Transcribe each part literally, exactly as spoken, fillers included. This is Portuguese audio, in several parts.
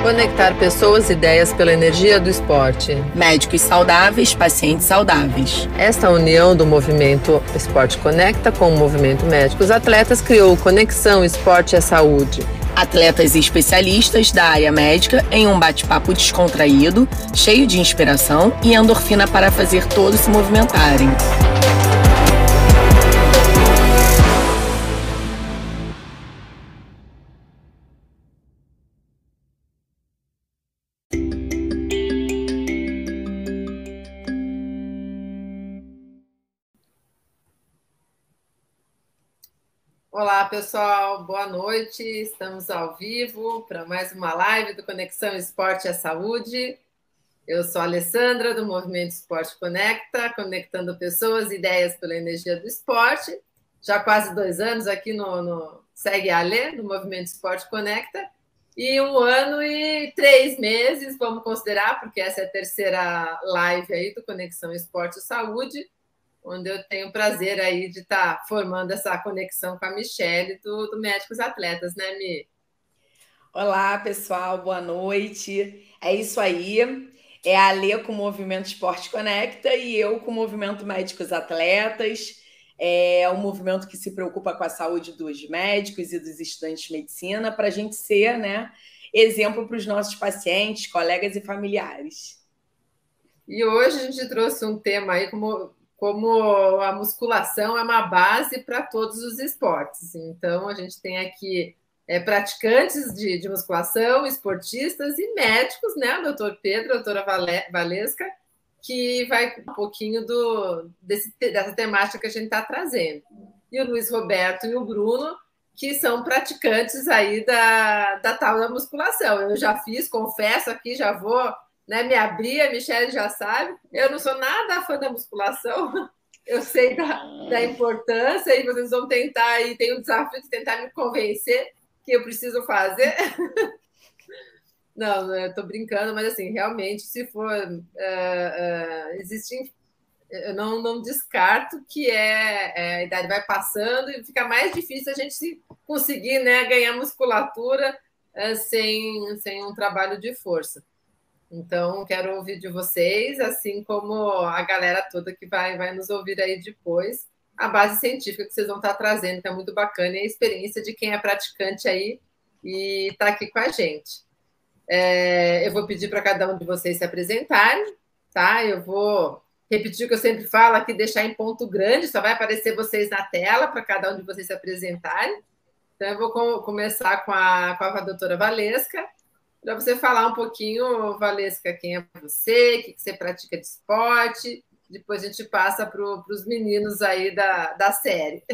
Conectar pessoas e ideias pela energia do esporte. Médicos saudáveis, pacientes saudáveis. Esta união do movimento Esporte Conecta com o movimento Médicos Atletas criou Conexão Esporte é Saúde. Atletas e especialistas da área médica em um bate-papo descontraído, cheio de inspiração e endorfina para fazer todos se movimentarem. Olá, pessoal, boa noite. Estamos ao vivo para mais uma live do Conexão Esporte é Saúde. Eu sou a Alessandra, do Movimento Esporte Conecta, conectando pessoas e ideias pela energia do esporte. Já há quase dois anos aqui no, no Segue a Alê, no Movimento Esporte Conecta. E um ano e três meses, vamos considerar, porque essa é a terceira live aí do Conexão Esporte e Saúde, onde eu tenho o prazer aí de estar formando essa conexão com a Michele do, do Médicos Atletas, né, Mi? Olá, pessoal, boa noite. É isso aí. É a Alê com o Movimento Esporte Conecta e eu com o Movimento Médicos Atletas. É um movimento que se preocupa com a saúde dos médicos e dos estudantes de medicina para a gente ser, né, exemplo para os nossos pacientes, colegas e familiares. E hoje a gente trouxe um tema aí como... como a musculação é uma base para todos os esportes. Então, a gente tem aqui é, praticantes de, de musculação, esportistas e médicos, né? O doutor Pedro, a doutora Valesca, que vai um pouquinho do, desse, dessa temática que a gente está trazendo. E o Luiz Roberto e o Bruno, que são praticantes aí da, da tal da musculação. Eu já fiz, confesso aqui, já vou... Né, me abrir, a Michele já sabe, eu não sou nada fã da musculação, eu sei da, da importância e vocês vão tentar, e tem o desafio de tentar me convencer que eu preciso fazer. Não, eu estou brincando, mas assim, realmente, se for, uh, uh, existe, eu não, não descarto que é, é, a idade vai passando e fica mais difícil a gente conseguir, né, ganhar musculatura uh, sem, sem um trabalho de força. Então, quero ouvir de vocês, assim como a galera toda que vai, vai nos ouvir aí depois, a base científica que vocês vão estar trazendo, que é muito bacana, e a experiência de quem é praticante aí e está aqui com a gente. É, eu vou pedir para cada um de vocês se apresentarem, tá? Eu vou repetir o que eu sempre falo aqui, deixar em ponto grande, só vai aparecer vocês na tela para cada um de vocês se apresentarem. Então, eu vou com, começar com a, com a doutora Valesca, para você falar um pouquinho, Valesca, quem é você, o que você pratica de esporte, depois a gente passa para os meninos aí da, da série.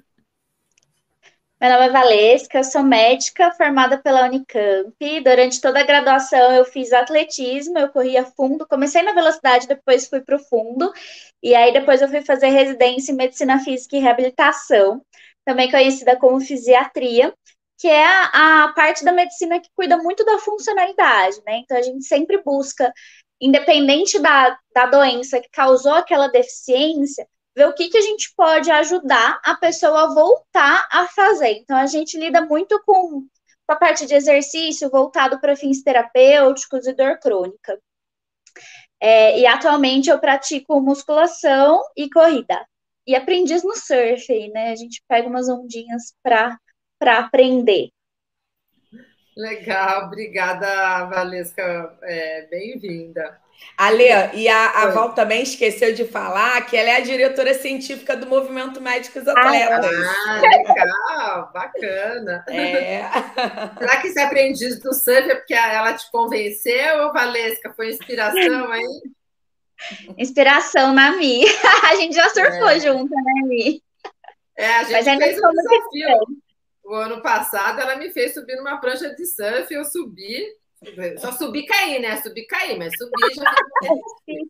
Meu nome é Valesca, eu sou médica formada pela Unicamp. Durante toda a graduação eu fiz atletismo, eu corria fundo, comecei na velocidade, depois fui para o fundo, e aí depois eu fui fazer residência em medicina física e reabilitação, também conhecida como fisiatria, que é a, a parte da medicina que cuida muito da funcionalidade, né? Então, a gente sempre busca, independente da, da doença que causou aquela deficiência, ver o que, que a gente pode ajudar a pessoa a voltar a fazer. Então, a gente lida muito com, com a parte de exercício voltado para fins terapêuticos e dor crônica. É, e, atualmente, eu pratico musculação e corrida. E aprendiz no surf, né? A gente pega umas ondinhas para... para aprender. Legal, obrigada, Valesca, é, bem-vinda. Ale, e a, a Val também esqueceu de falar que ela é a diretora científica do Movimento Médicos Atletas. Ah, legal, bacana. É. Será que esse aprendiz do surf é porque ela te convenceu, ou, Valesca, foi inspiração aí? Inspiração na Mi. A gente já surfou é. junto, né, Mi? É, a gente Mas fez um desafio. O ano passado ela me fez subir numa prancha de surf, eu subi, só subi e caí, né? Subi e caí, mas subi já fiz.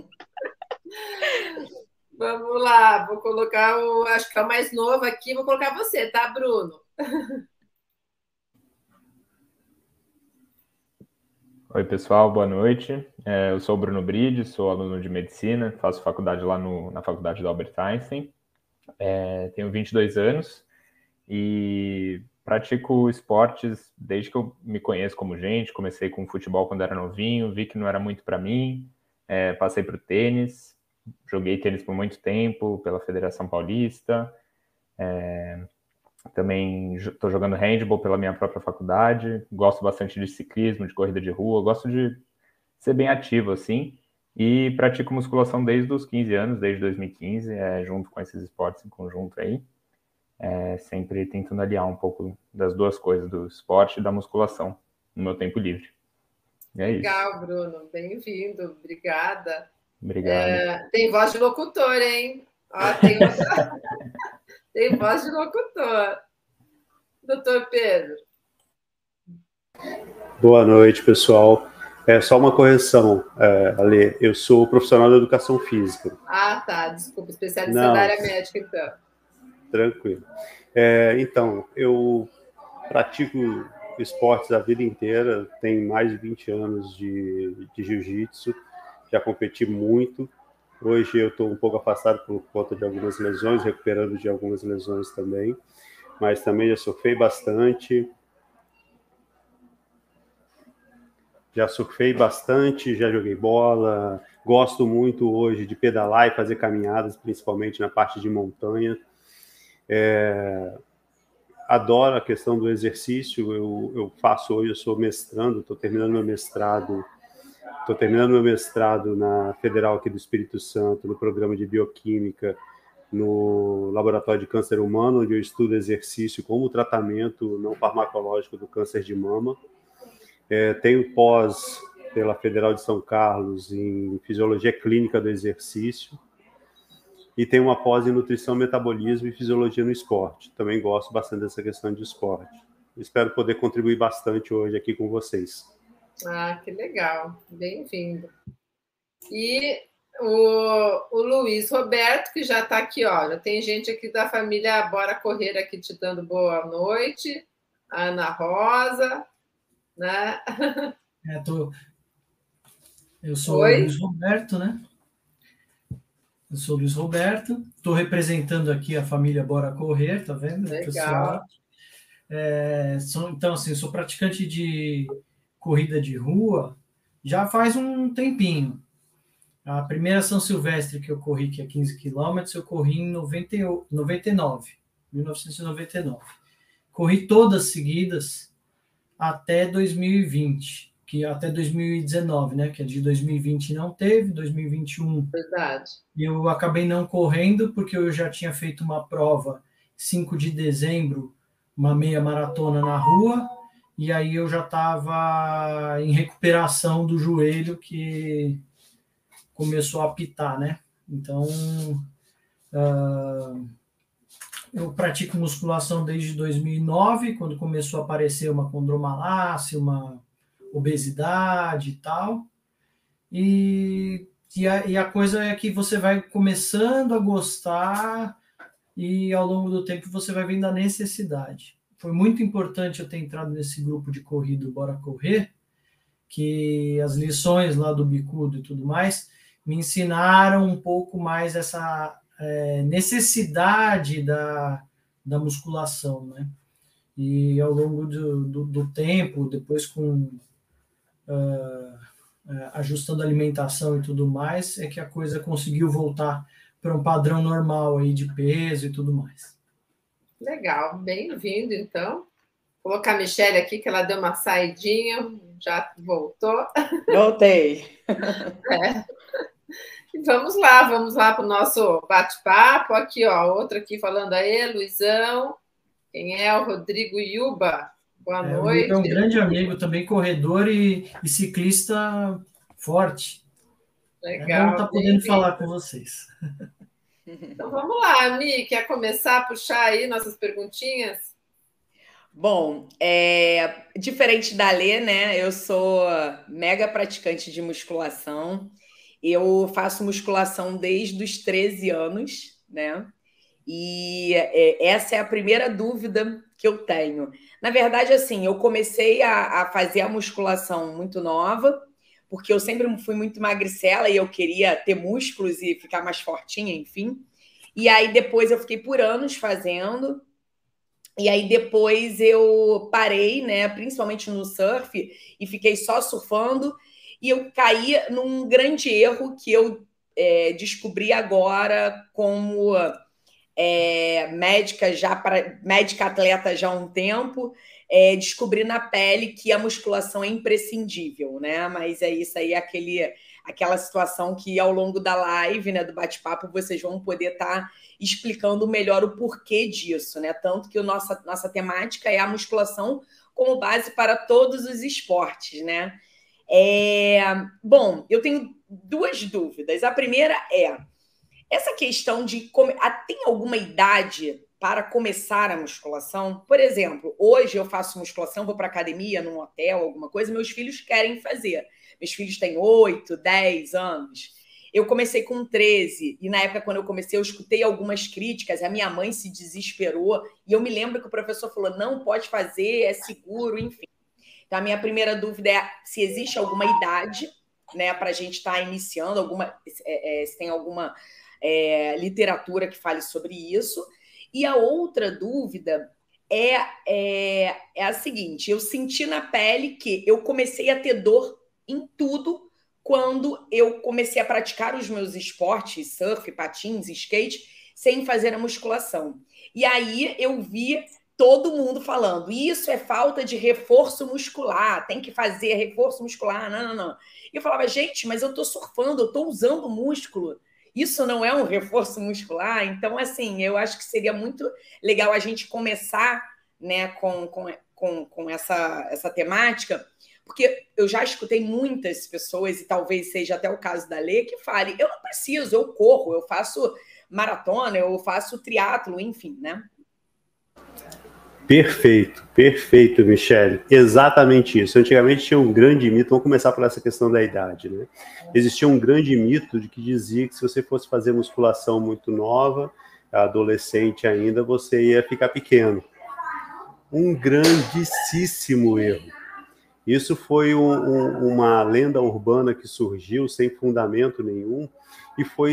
Vamos lá, vou colocar o, acho que é o mais novo aqui, vou colocar você, tá, Bruno? Oi, pessoal, boa noite. É, eu sou o Bruno Bride, sou aluno de medicina, faço faculdade lá no, na faculdade do Albert Einstein, é, tenho vinte e dois anos. E pratico esportes desde que eu me conheço como gente. Comecei com futebol quando era novinho, vi que não era muito para mim, é, passei para o tênis, joguei tênis por muito tempo pela Federação Paulista, é, também estou jogando handball pela minha própria faculdade, gosto bastante de ciclismo, de corrida de rua, gosto de ser bem ativo, assim, e pratico musculação desde os quinze anos, desde dois mil e quinze, é, junto com esses esportes em conjunto aí. É, sempre tentando aliar um pouco das duas coisas, do esporte e da musculação, no meu tempo livre. E é Legal, isso. Bruno. Bem-vindo. Obrigada. Obrigado. É, tem voz de locutor, hein? Ó, tem, outra... tem voz de locutor. Doutor Pedro. Boa noite, pessoal. É só uma correção, é, Ale. Eu sou profissional da educação física. Ah, tá. Desculpa. Especialista Não. da área médica, então. Tranquilo. É, então, eu pratico esportes a vida inteira, tenho mais de vinte anos de, de jiu-jitsu, já competi muito. Hoje eu estou um pouco afastado por conta de algumas lesões, recuperando de algumas lesões também, mas também já surfei bastante. Já surfei bastante, já joguei bola, gosto muito hoje de pedalar e fazer caminhadas, principalmente na parte de montanha. É, adoro a questão do exercício. Eu, eu faço hoje, eu sou mestrando, estou terminando meu mestrado, estou terminando meu mestrado na Federal aqui do Espírito Santo, no programa de Bioquímica, no Laboratório de Câncer Humano, onde eu estudo exercício como tratamento não farmacológico do câncer de mama. É, tenho pós pela Federal de São Carlos em Fisiologia Clínica do Exercício. E tem uma pós em Nutrição, Metabolismo e Fisiologia no Esporte. Também gosto bastante dessa questão de esporte. Espero poder contribuir bastante hoje aqui com vocês. Ah, que legal. Bem-vindo. E o, o Luiz Roberto, que já está aqui, ó. Já tem gente aqui da família Bora Correr aqui te dando boa noite. A Ana Rosa, né? É, tô... Eu sou Oi? o Luiz Roberto, né? Eu sou o Luiz Roberto, estou representando aqui a família Bora Correr, tá vendo? Legal. Pessoal. É, sou, então, assim, sou praticante de corrida de rua já faz um tempinho. A primeira São Silvestre que eu corri, que é quinze quilômetros, eu corri em noventa e nove, mil novecentos e noventa e nove. Corri todas seguidas até dois mil e vinte. Que até dois mil e dezenove, né? Que a de dois mil e vinte não teve, dois mil e vinte e um. Verdade. Eu acabei não correndo porque eu já tinha feito uma prova cinco de dezembro, uma meia maratona na rua, e aí eu já estava em recuperação do joelho que começou a apitar, né? Então, uh, eu pratico musculação desde dois mil e nove, quando começou a aparecer uma condromalácia, uma obesidade e tal, e, e, a, e a coisa é que você vai começando a gostar e ao longo do tempo você vai vendo a necessidade. Foi muito importante eu ter entrado nesse grupo de corrida Bora Correr, que as lições lá do Bicudo e tudo mais me ensinaram um pouco mais essa é, necessidade da, da musculação, né? E ao longo do, do, do tempo, depois com Uh, uh, ajustando a alimentação e tudo mais, é que a coisa conseguiu voltar para um padrão normal aí de peso e tudo mais. Legal, bem-vindo, então. Vou colocar a Michelle aqui, que ela deu uma saidinha, já voltou. Voltei. É. E vamos lá, vamos lá para o nosso bate-papo. Aqui, ó, outro aqui falando aí, Luizão. Quem é? O Rodrigo Yuba. Boa é, noite. É um grande amigo também, corredor e, e ciclista forte. Legal. É bom estar podendo falar com vocês. Então vamos lá, Mi, quer começar a puxar aí nossas perguntinhas? Bom, é, diferente da Lê, né? Eu sou mega praticante de musculação. Eu faço musculação desde os treze anos, né? E é, essa é a primeira dúvida que eu tenho. Na verdade, assim, eu comecei a, a fazer a musculação muito nova, porque eu sempre fui muito magricela e eu queria ter músculos e ficar mais fortinha, enfim. E aí depois eu fiquei por anos fazendo. E aí depois eu parei, né, principalmente no surf, e fiquei só surfando, e eu caí num grande erro que eu é, descobri agora como é, médica já para médica atleta já há um tempo, é, descobri na pele que a musculação é imprescindível, né? Mas é isso aí, aquele, aquela situação que ao longo da live, né, do bate-papo, vocês vão poder estar tá explicando melhor o porquê disso, né? Tanto que a nossa, nossa temática é a musculação como base para todos os esportes, né? É, bom, eu tenho duas dúvidas. A primeira é essa questão de come... tem alguma idade para começar a musculação? Por exemplo, hoje eu faço musculação, vou para academia, num hotel, alguma coisa, meus filhos querem fazer. Meus filhos têm oito, dez anos. Eu comecei com treze, e na época, quando eu comecei, eu escutei algumas críticas, a minha mãe se desesperou, e eu me lembro que o professor falou, não pode fazer, é seguro, enfim. Então, a minha primeira dúvida é se existe alguma idade, né, para a gente estar tá iniciando, alguma, é, é, se tem alguma é, literatura que fale sobre isso. E a outra dúvida é, é, é a seguinte, eu senti na pele que eu comecei a ter dor em tudo quando eu comecei a praticar os meus esportes, surf, patins, skate, sem fazer a musculação. E aí eu vi todo mundo falando, isso é falta de reforço muscular, tem que fazer reforço muscular, não, não, não. E eu falava, gente, mas eu tô surfando, eu tô usando músculo, isso não é um reforço muscular? Então, assim, eu acho que seria muito legal a gente começar, né, com, com, com, com essa, essa temática, porque eu já escutei muitas pessoas, e talvez seja até o caso da Lê, que fale, eu não preciso, eu corro, eu faço maratona, eu faço triatlo, enfim, né? Perfeito, perfeito, Michele. Exatamente isso. Antigamente tinha um grande mito, vamos começar por essa questão da idade, né? Existia um grande mito de que dizia que se você fosse fazer musculação muito nova, adolescente ainda, você ia ficar pequeno. Um grandíssimo erro. Isso foi um, um, uma lenda urbana que surgiu sem fundamento nenhum e foi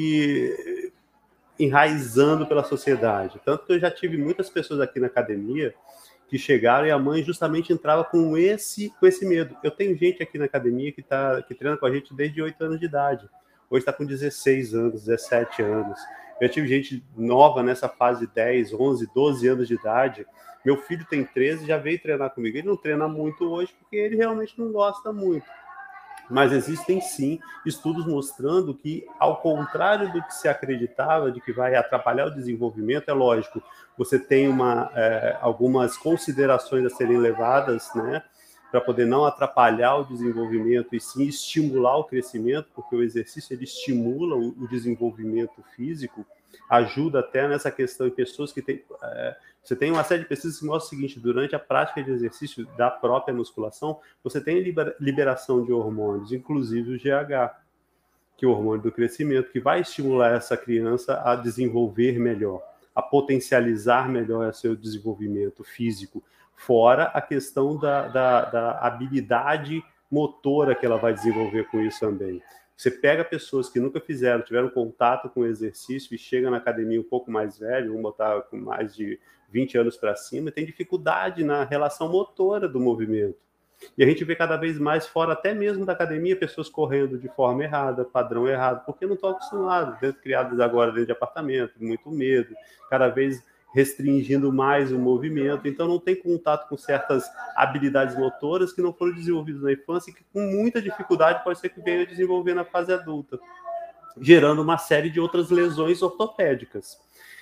se enraizando pela sociedade. Tanto que eu já tive muitas pessoas aqui na academia que chegaram e a mãe justamente entrava com esse, com esse medo. Eu tenho gente aqui na academia que, tá, que treina com a gente desde oito anos de idade. Hoje está com dezesseis anos, dezessete anos. Eu tive gente nova nessa fase de dez, onze, doze anos de idade. Meu filho tem treze, já veio treinar comigo. Ele não treina muito hoje porque ele realmente não gosta muito. Mas existem, sim, estudos mostrando que, ao contrário do que se acreditava, de que vai atrapalhar o desenvolvimento, é lógico, você tem uma, é, algumas considerações a serem levadas, né, para poder não atrapalhar o desenvolvimento e sim estimular o crescimento, porque o exercício ele estimula o, o desenvolvimento físico, ajuda até nessa questão em pessoas que têm... É, você tem uma série de pesquisas que mostram o seguinte, durante a prática de exercício da própria musculação, você tem liberação de hormônios, inclusive o G H, que é o hormônio do crescimento, que vai estimular essa criança a desenvolver melhor, a potencializar melhor o seu desenvolvimento físico, fora a questão da, da, da habilidade motora que ela vai desenvolver com isso também. Você pega pessoas que nunca fizeram, tiveram contato com o exercício e chega na academia um pouco mais velho, vamos botar com mais de vinte anos para cima, tem dificuldade na relação motora do movimento. E a gente vê cada vez mais fora, até mesmo da academia, pessoas correndo de forma errada, padrão errado, porque não estão acostumados, dentro, criadas agora dentro de apartamento, muito medo, cada vez restringindo mais o movimento, então não tem contato com certas habilidades motoras que não foram desenvolvidas na infância e que com muita dificuldade pode ser que venha a desenvolver na fase adulta, gerando uma série de outras lesões ortopédicas.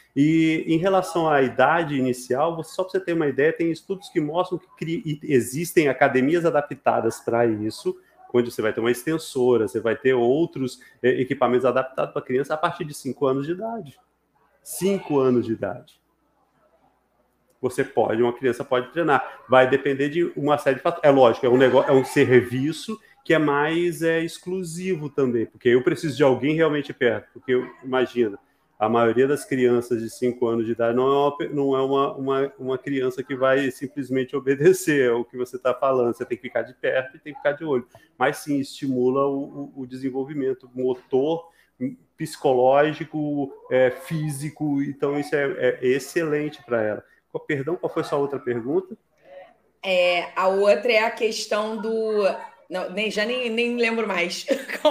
E em relação à idade inicial, só para você ter uma ideia, tem estudos que mostram que existem academias adaptadas para isso, onde você vai ter uma extensora, você vai ter outros equipamentos adaptados para criança a partir de cinco anos de idade. cinco anos de idade. Você pode, uma criança pode treinar. Vai depender de uma série de fatores. É lógico, é um negócio, é um serviço que é mais é, exclusivo também, porque eu preciso de alguém realmente perto, porque eu imagino, a maioria das crianças de cinco anos de idade não é, uma, não é uma, uma, uma criança que vai simplesmente obedecer ao que você está falando. Você tem que ficar de perto e tem que ficar de olho. Mas sim, estimula o, o desenvolvimento motor, psicológico, é, físico. Então, isso é, é excelente para ela. Perdão, qual foi a sua outra pergunta? É, a outra é a questão do... Não, nem, já nem, nem lembro mais.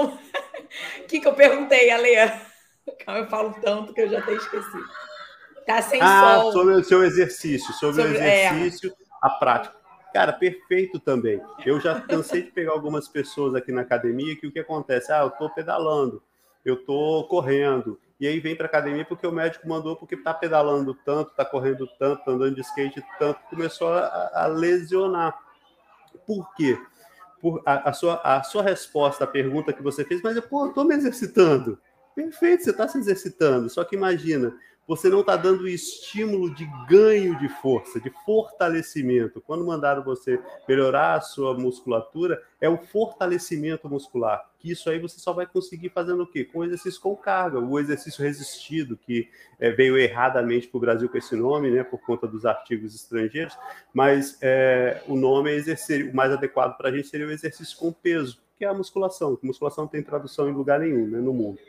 O que, que eu perguntei, Ale? Eu falo tanto que eu já até esqueci. Tá sem ah, sol. sobre o seu exercício, sobre, sobre o exercício, é... a prática. Cara, perfeito também. Eu já cansei de pegar algumas pessoas aqui na academia que o que acontece? Ah, eu tô pedalando, eu tô correndo, e aí vem para academia porque o médico mandou, porque tá pedalando tanto, tá correndo tanto, tá andando de skate tanto, começou a, a lesionar. Por quê? Por a, a, sua, a sua resposta à pergunta que você fez, mas eu, pô, eu tô me exercitando. Perfeito, você está se exercitando, só que imagina, você não está dando estímulo de ganho de força, de fortalecimento. Quando mandaram você melhorar a sua musculatura, é o fortalecimento muscular, que isso aí você só vai conseguir fazendo o quê? Com exercício com carga, o exercício resistido, que é, veio erradamente para o Brasil com esse nome, né, por conta dos artigos estrangeiros, mas é, o nome é exercer, o mais adequado para a gente seria o exercício com peso, que é a musculação. A musculação não tem tradução em lugar nenhum, né, no mundo.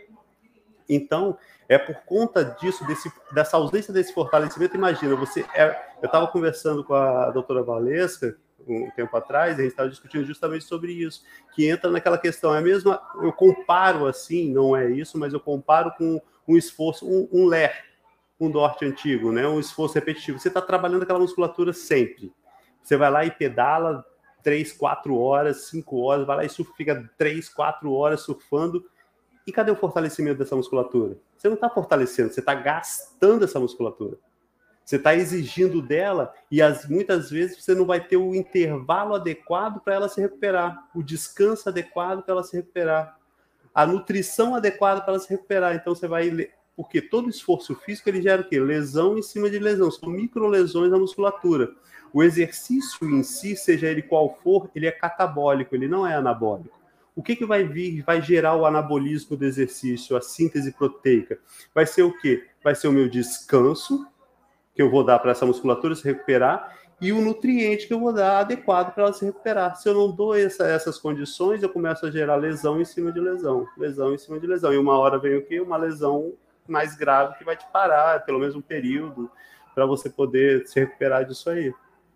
Então, é por conta disso, desse, dessa ausência desse fortalecimento, imagina, você é, eu estava conversando com a doutora Valesca um tempo atrás, e a gente estava discutindo justamente sobre isso, que entra naquela questão, é a mesma, eu comparo assim, não é isso, mas eu comparo com um esforço, um, um L E R, um Dort antigo, né? Um esforço repetitivo. Você está trabalhando aquela musculatura sempre. Você vai lá e pedala três, quatro horas, cinco horas, vai lá e surfa, fica três, quatro horas surfando. E cadê o fortalecimento dessa musculatura? Você não está fortalecendo, você está gastando essa musculatura. Você está exigindo dela e as, muitas vezes você não vai ter o intervalo adequado para ela se recuperar, o descanso adequado para ela se recuperar, a nutrição adequada para ela se recuperar. Então você vai... Porque todo esforço físico ele gera o quê? Lesão em cima de lesão, são microlesões na musculatura. O exercício em si, seja ele qual for, ele é catabólico, ele não é anabólico. O que, que vai vir, vai gerar o anabolismo do exercício, a síntese proteica? Vai ser o quê? Vai ser o meu descanso, que eu vou dar para essa musculatura se recuperar, e o nutriente que eu vou dar adequado para ela se recuperar. Se eu não dou essa, essas condições, eu começo a gerar lesão em cima de lesão, lesão em cima de lesão. E uma hora vem o quê? Uma lesão mais grave que vai te parar, pelo menos um período, para você poder se recuperar disso aí.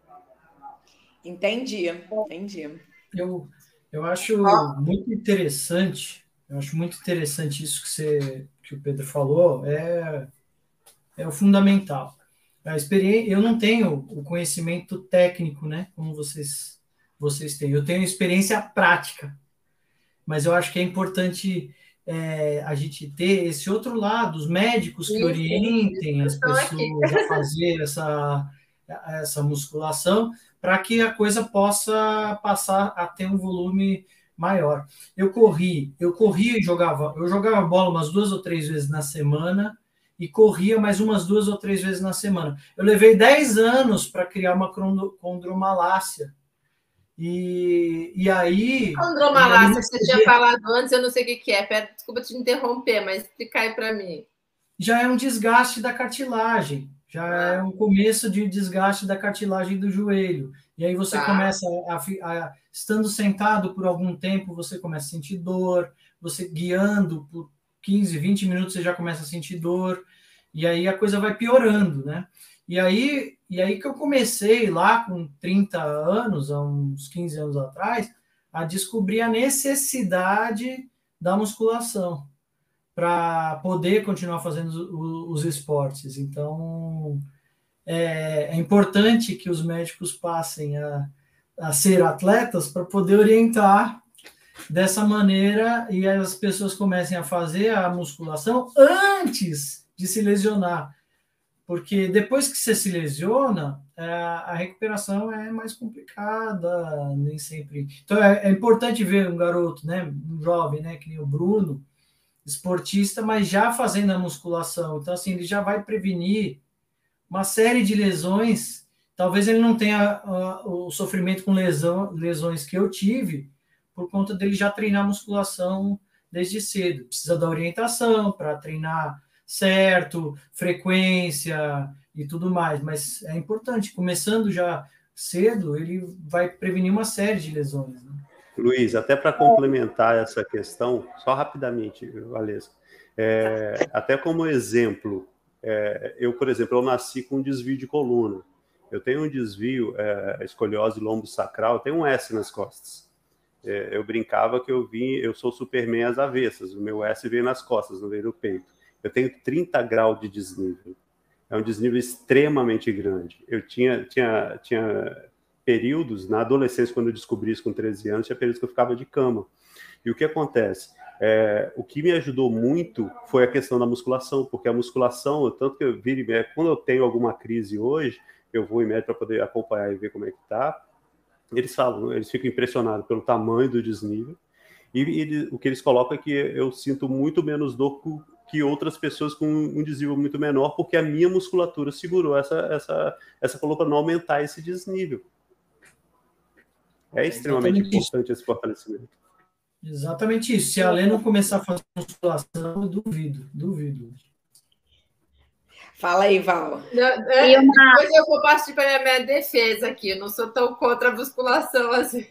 Entendi, entendi. Eu... Eu acho muito interessante, eu acho muito interessante isso que, você, que o Pedro falou, é, é o fundamental. A experiência, eu não tenho o conhecimento técnico, né, como vocês, vocês têm. Eu tenho experiência prática, mas eu acho que é importante é, a gente ter esse outro lado, os médicos que orientem as pessoas a fazer essa, essa musculação, para que a coisa possa passar a ter um volume maior. Eu corri, eu corria e jogava, eu jogava bola umas duas ou três vezes na semana e corria mais umas duas ou três vezes na semana. Eu levei dez anos para criar uma condromalácia. E, e aí... Condromalácia, você tinha falado antes, eu não sei o que, que é. Pera, desculpa te interromper, mas explica aí para mim. Já é um desgaste da cartilagem. Já é um começo de desgaste da cartilagem do joelho. E aí você tá. começa, a, a, estando sentado por algum tempo, você começa a sentir dor, você guiando por quinze, vinte minutos, você já começa a sentir dor, e aí a coisa vai piorando, né? E aí, e aí que eu comecei lá com trinta anos, há uns quinze anos atrás, a descobrir a necessidade da musculação para poder continuar fazendo os, os esportes. Então, é, é importante que os médicos passem a, a ser atletas para poder orientar dessa maneira e as pessoas comecem a fazer a musculação antes de se lesionar. Porque depois que você se lesiona, é, a recuperação é mais complicada, nem sempre. Então, é, é importante ver um garoto, né, um jovem, né, que nem o Bruno, esportista, mas já fazendo a musculação. Então, assim, ele já vai prevenir uma série de lesões. Talvez ele não tenha uh, o sofrimento com lesão, lesões que eu tive, por conta dele já treinar musculação desde cedo. Precisa da orientação para treinar certo, frequência e tudo mais. Mas é importante, começando já cedo, ele vai prevenir uma série de lesões, né? Luiz, até para complementar essa questão, só rapidamente, Valesca, é, até como exemplo, É, eu, por exemplo, eu nasci com um desvio de coluna. Eu tenho um desvio, é, escoliose lombosacral, eu tenho um S nas costas. É, eu brincava que eu vim, eu sou Superman às avessas, o meu S veio nas costas, não veio no peito. Eu tenho trinta graus de desnível. É um desnível extremamente grande. Eu tinha, tinha, tinha períodos, na adolescência, quando eu descobri isso com treze anos, tinha períodos que eu ficava de cama. E o que acontece? É, o que me ajudou muito foi a questão da musculação, porque a musculação, tanto que eu viro, quando eu tenho alguma crise hoje, eu vou em médico para poder acompanhar e ver como é que tá. Eles falam, eles ficam impressionados pelo tamanho do desnível, e, e o que eles colocam é que eu sinto muito menos dor que outras pessoas com um desnível muito menor, porque a minha musculatura segurou essa, essa, essa coluna para não aumentar esse desnível. É extremamente Exatamente importante isso. esse fortalecimento. Exatamente isso. Se a Lê não começar a fazer musculação, eu duvido, duvido. Fala aí, Val. Não, é, uma... Depois eu vou partir para a minha defesa aqui. Eu não sou tão contra a musculação assim.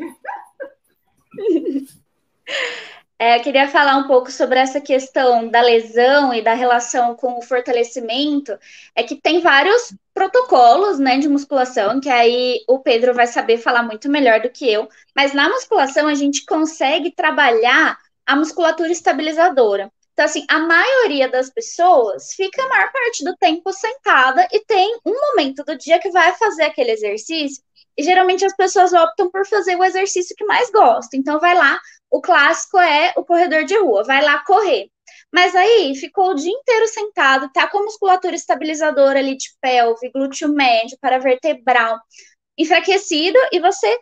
É, eu queria falar um pouco sobre essa questão da lesão e da relação com o fortalecimento. É que tem vários protocolos, né, de musculação, que aí o Pedro vai saber falar muito melhor do que eu. Mas na musculação a gente consegue trabalhar a musculatura estabilizadora. Então, assim, a maioria das pessoas fica a maior parte do tempo sentada e tem um momento do dia que vai fazer aquele exercício. E geralmente as pessoas optam por fazer o exercício que mais gostam. Então, vai lá. O clássico é o corredor de rua, vai lá correr. Mas aí ficou o dia inteiro sentado, tá com a musculatura estabilizadora ali de pelve, glúteo médio, paravertebral enfraquecido, e você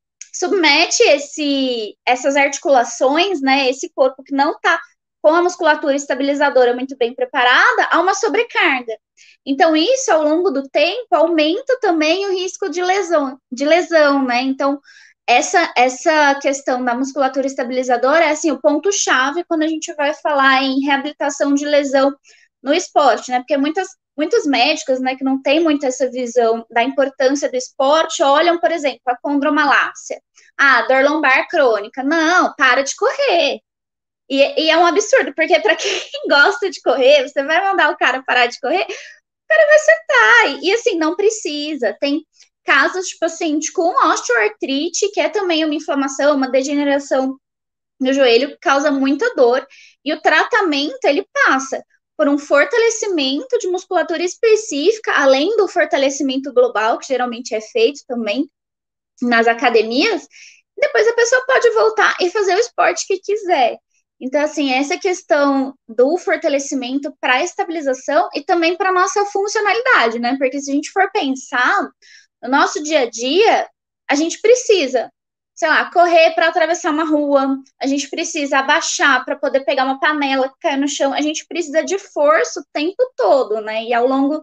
submete esse, essas articulações, né, esse corpo que não tá com a musculatura estabilizadora muito bem preparada, a uma sobrecarga. Então, isso, ao longo do tempo, aumenta também o risco de lesão, de lesão, né? Então, Essa, essa questão da musculatura estabilizadora é assim, o ponto-chave quando a gente vai falar em reabilitação de lesão no esporte, né? Porque muitas, muitos médicos, né, que não têm muito essa visão da importância do esporte, olham, por exemplo, a condromalácia. Ah, dor lombar crônica. Não, para de correr. E, e é um absurdo, porque para quem gosta de correr, você vai mandar o cara parar de correr, o cara vai sentar. E, e assim, não precisa. Tem casos, tipo assim, de, com osteoartrite, que é também uma inflamação, uma degeneração no joelho, que causa muita dor, e o tratamento, ele passa por um fortalecimento de musculatura específica, além do fortalecimento global, que geralmente é feito também nas academias, e depois a pessoa pode voltar e fazer o esporte que quiser. Então, assim, essa questão do fortalecimento para a estabilização e também para a nossa funcionalidade, né? Porque se a gente for pensar no nosso dia a dia, a gente precisa, sei lá, correr para atravessar uma rua, a gente precisa abaixar para poder pegar uma panela que caiu no chão, a gente precisa de força o tempo todo, né? E ao longo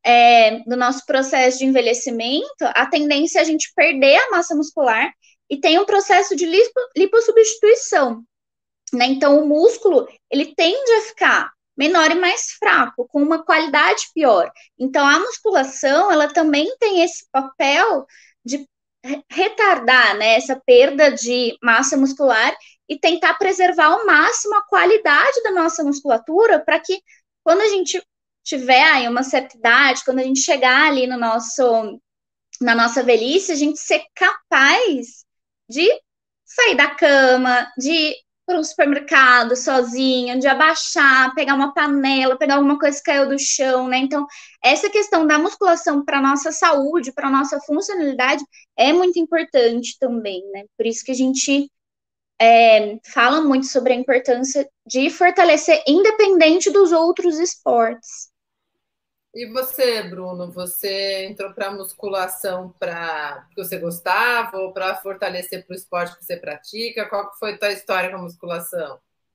é, do nosso processo de envelhecimento, a tendência é a gente perder a massa muscular e tem um processo de lipo, lipossubstituição, né? Então, o músculo, ele tende a ficar menor e mais fraco, com uma qualidade pior. Então, a musculação, ela também tem esse papel de retardar, né, essa perda de massa muscular e tentar preservar ao máximo a qualidade da nossa musculatura para que, quando a gente tiver aí uma certa idade, quando a gente chegar ali no nosso, na nossa velhice, a gente ser capaz de sair da cama, de para um supermercado sozinho, de abaixar, pegar uma panela, pegar alguma coisa que caiu do chão, né? Então, essa questão da musculação para a nossa saúde, para a nossa funcionalidade, é muito importante também, né? Por isso que a gente é, fala muito sobre a importância de fortalecer, independente dos outros esportes. E você, Bruno, você entrou para a musculação para porque você gostava ou para fortalecer para o esporte que você pratica? Qual foi a tua história com a musculação?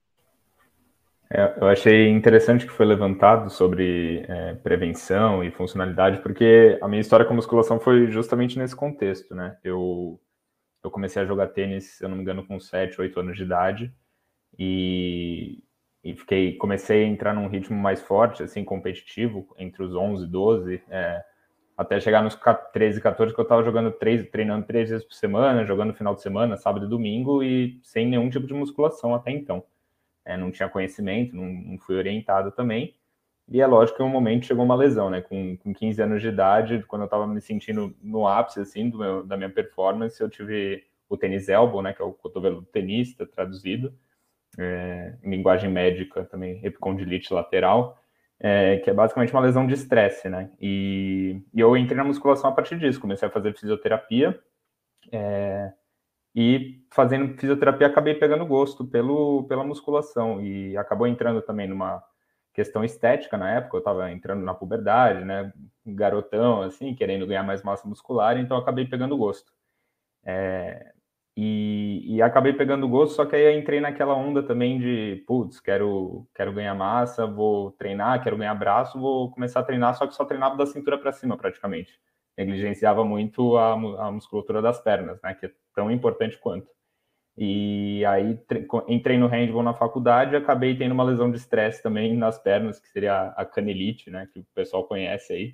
É, eu achei interessante que foi levantado sobre é, prevenção e funcionalidade, porque a minha história com a musculação foi justamente nesse contexto, né? Eu, eu comecei a jogar tênis, se eu não me engano, com sete, oito anos de idade, e... e fiquei, comecei a entrar num ritmo mais forte, assim, competitivo, entre os onze e doze, é, até chegar nos treze, quatorze, que eu estava jogando três, treinando três vezes por semana, jogando final de semana, sábado e domingo, e sem nenhum tipo de musculação até então. É, não tinha conhecimento, não, não fui orientado também, E é lógico que em um momento chegou uma lesão, né? Com, com quinze anos de idade, quando eu estava me sentindo no ápice, assim, do meu, da minha performance, eu tive o tênis elbow, né? Que é o cotovelo do tenista, traduzido, é, em linguagem médica também, epicondilite lateral, é, que é basicamente uma lesão de estresse, né? E, e eu entrei na musculação a partir disso, comecei a fazer fisioterapia, é, e fazendo fisioterapia acabei pegando gosto pelo, pela musculação, e acabou entrando também numa questão estética na época, eu estava entrando na puberdade, né, garotão, assim, querendo ganhar mais massa muscular, então acabei pegando gosto. É, e, e acabei pegando gosto, só que aí eu entrei naquela onda também de, putz, quero, quero ganhar massa, vou treinar, quero ganhar braço, vou começar a treinar, só que só treinava da cintura para cima, praticamente. Negligenciava muito a, a musculatura das pernas, né, que é tão importante quanto. E aí entrei no handball na faculdade e acabei tendo uma lesão de estresse também nas pernas, que seria a canelite, né, que o pessoal conhece aí.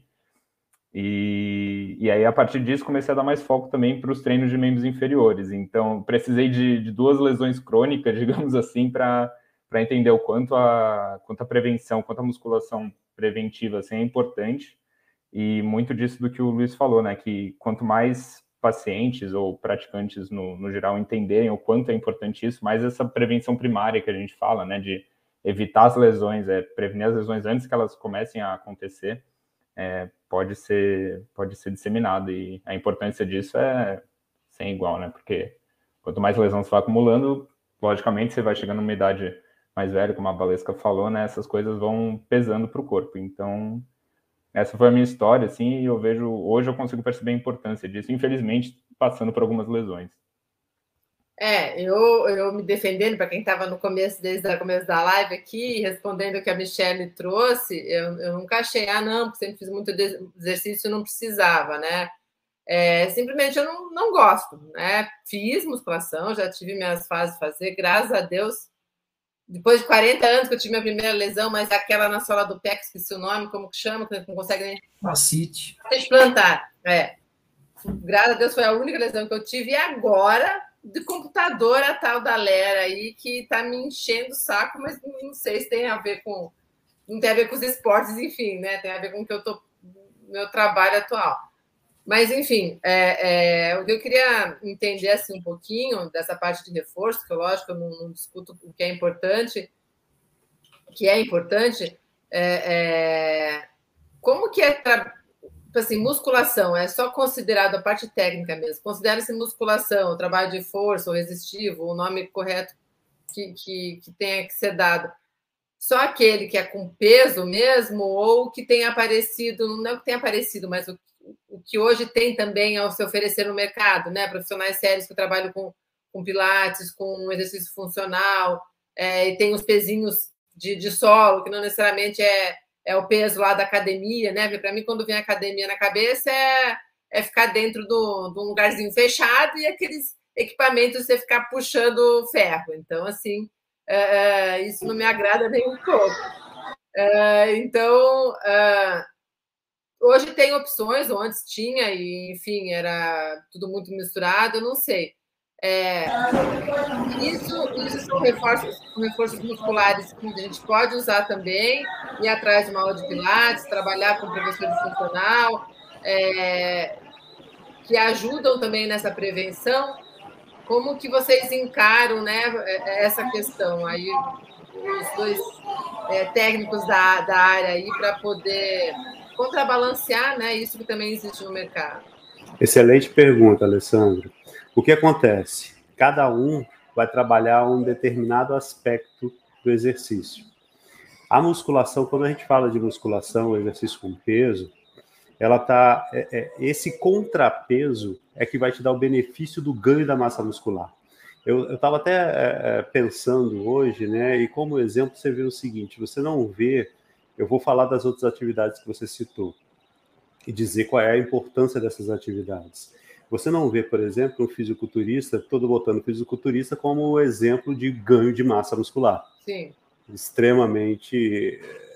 E, e aí, a partir disso, comecei a dar mais foco também para os treinos de membros inferiores. Então, precisei de, de duas lesões crônicas, digamos assim, para entender o quanto a, quanto a prevenção, quanto a musculação preventiva assim, é importante. E muito disso do que o Luiz falou, né, que quanto mais pacientes ou praticantes no, no geral entenderem o quanto é importante isso, mais essa prevenção primária que a gente fala, né, de evitar as lesões, é, prevenir as lesões antes que elas comecem a acontecer, é, pode ser, pode ser disseminado, e a importância disso é sem igual, né, porque quanto mais lesão você vai acumulando, logicamente você vai chegando numa idade mais velha, como a Valesca falou, né, essas coisas vão pesando para o corpo. Então, essa foi a minha história, assim, e eu vejo, hoje eu consigo perceber a importância disso, infelizmente, passando por algumas lesões. É, eu, eu me defendendo, para quem estava no começo, desde o começo da live aqui, respondendo o que a Michelle trouxe, eu, eu nunca achei, ah, não, porque sempre fiz muito exercício e não precisava, né? É, simplesmente eu não, não gosto, né? Fiz musculação, já tive minhas fases de fazer, graças a Deus, depois de quarenta anos que eu tive minha primeira lesão, mas aquela na sola do pé, que esqueci o nome, como que chama, que não consegue nem... Fascite. Plantar, é. Graças a Deus foi a única lesão que eu tive, e agora, de computador, a tal da Lera aí, que tá me enchendo o saco, mas não sei se tem a ver com... Não tem a ver com os esportes, enfim, né? Tem a ver com o que eu tô... meu trabalho atual. Mas, enfim, é, é, o que eu queria entender assim, um pouquinho dessa parte de reforço, que eu, lógico, eu não, não discuto o que é importante, que é importante, é, é, como que é, assim, musculação, é só considerado a parte técnica mesmo, considera-se musculação, o trabalho de força, ou resistivo, o nome correto que, que, que tenha que ser dado, só aquele que é com peso mesmo, ou que tenha aparecido, não é o que tenha aparecido, mas o o que hoje tem também ao se oferecer no mercado, né? Profissionais sérios que trabalham com, com pilates, com exercício funcional, é, e tem os pezinhos de, de solo, que não necessariamente é, é o peso lá da academia, né? Porque para mim, quando vem academia na cabeça, é, é ficar dentro do, de um lugarzinho fechado e aqueles equipamentos você ficar puxando ferro. Então, assim, é, isso não me agrada nem um pouco. É, então... É, hoje tem opções, ou antes tinha, e, enfim, era tudo muito misturado, eu não sei. É, isso, isso são reforços, reforços musculares que a gente pode usar também, ir atrás de uma aula de pilates, trabalhar com professor de funcional, é, que ajudam também nessa prevenção. Como que vocês encaram, né, essa questão aí, os dois é, técnicos da, da área aí, para poder contrabalancear, né, isso que também existe no mercado? Excelente pergunta, Alessandro. O que acontece? Cada um vai trabalhar um determinado aspecto do exercício. A musculação, quando a gente fala de musculação, exercício com peso, ela tá, é, é, esse contrapeso é que vai te dar o benefício do ganho da massa muscular. Eu estava até é, pensando hoje, né, e como exemplo você vê o seguinte, você não vê, eu vou falar das outras atividades que você citou e dizer qual é a importância dessas atividades. Você não vê, por exemplo, um fisiculturista, todo botando fisiculturista como exemplo de ganho de massa muscular. Sim. Extremamente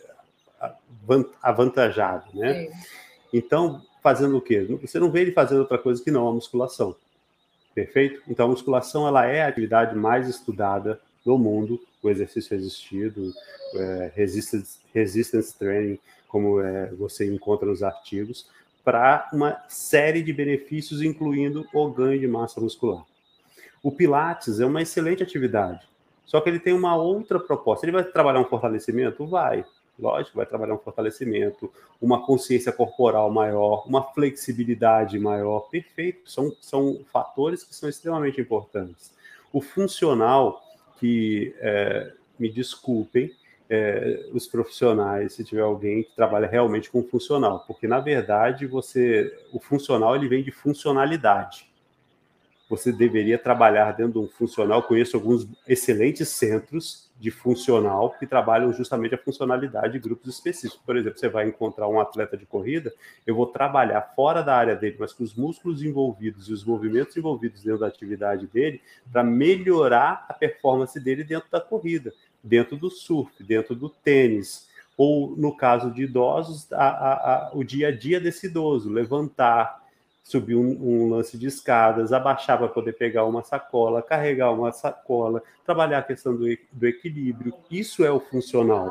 avantajado, né? Sim. Então, fazendo o quê? Você não vê ele fazendo outra coisa que não a musculação. Perfeito? Então, a musculação ela é a atividade mais estudada no mundo, o exercício resistido, é, resistance, resistance training, como é, você encontra nos artigos, para uma série de benefícios, incluindo o ganho de massa muscular. O Pilates é uma excelente atividade, só que ele tem uma outra proposta. Ele vai trabalhar um fortalecimento? Vai. Lógico, vai trabalhar um fortalecimento, uma consciência corporal maior, uma flexibilidade maior. Perfeito. São, são fatores que são extremamente importantes. O funcional, que, é, me desculpem, é, os profissionais, se tiver alguém que trabalha realmente com funcional, porque, na verdade, você, o funcional ele vem de funcionalidade. Você deveria trabalhar dentro de um funcional. Conheço alguns excelentes centros de funcional que trabalham justamente a funcionalidade de grupos específicos. Por exemplo, você vai encontrar um atleta de corrida, eu vou trabalhar fora da área dele, mas com os músculos envolvidos e os movimentos envolvidos dentro da atividade dele, para melhorar a performance dele dentro da corrida, dentro do surf, dentro do tênis, ou, no caso de idosos, a, a, a, o dia a dia desse idoso, levantar, subir um, um lance de escadas, abaixar para poder pegar uma sacola, carregar uma sacola, trabalhar a questão do, do equilíbrio. Isso é o funcional.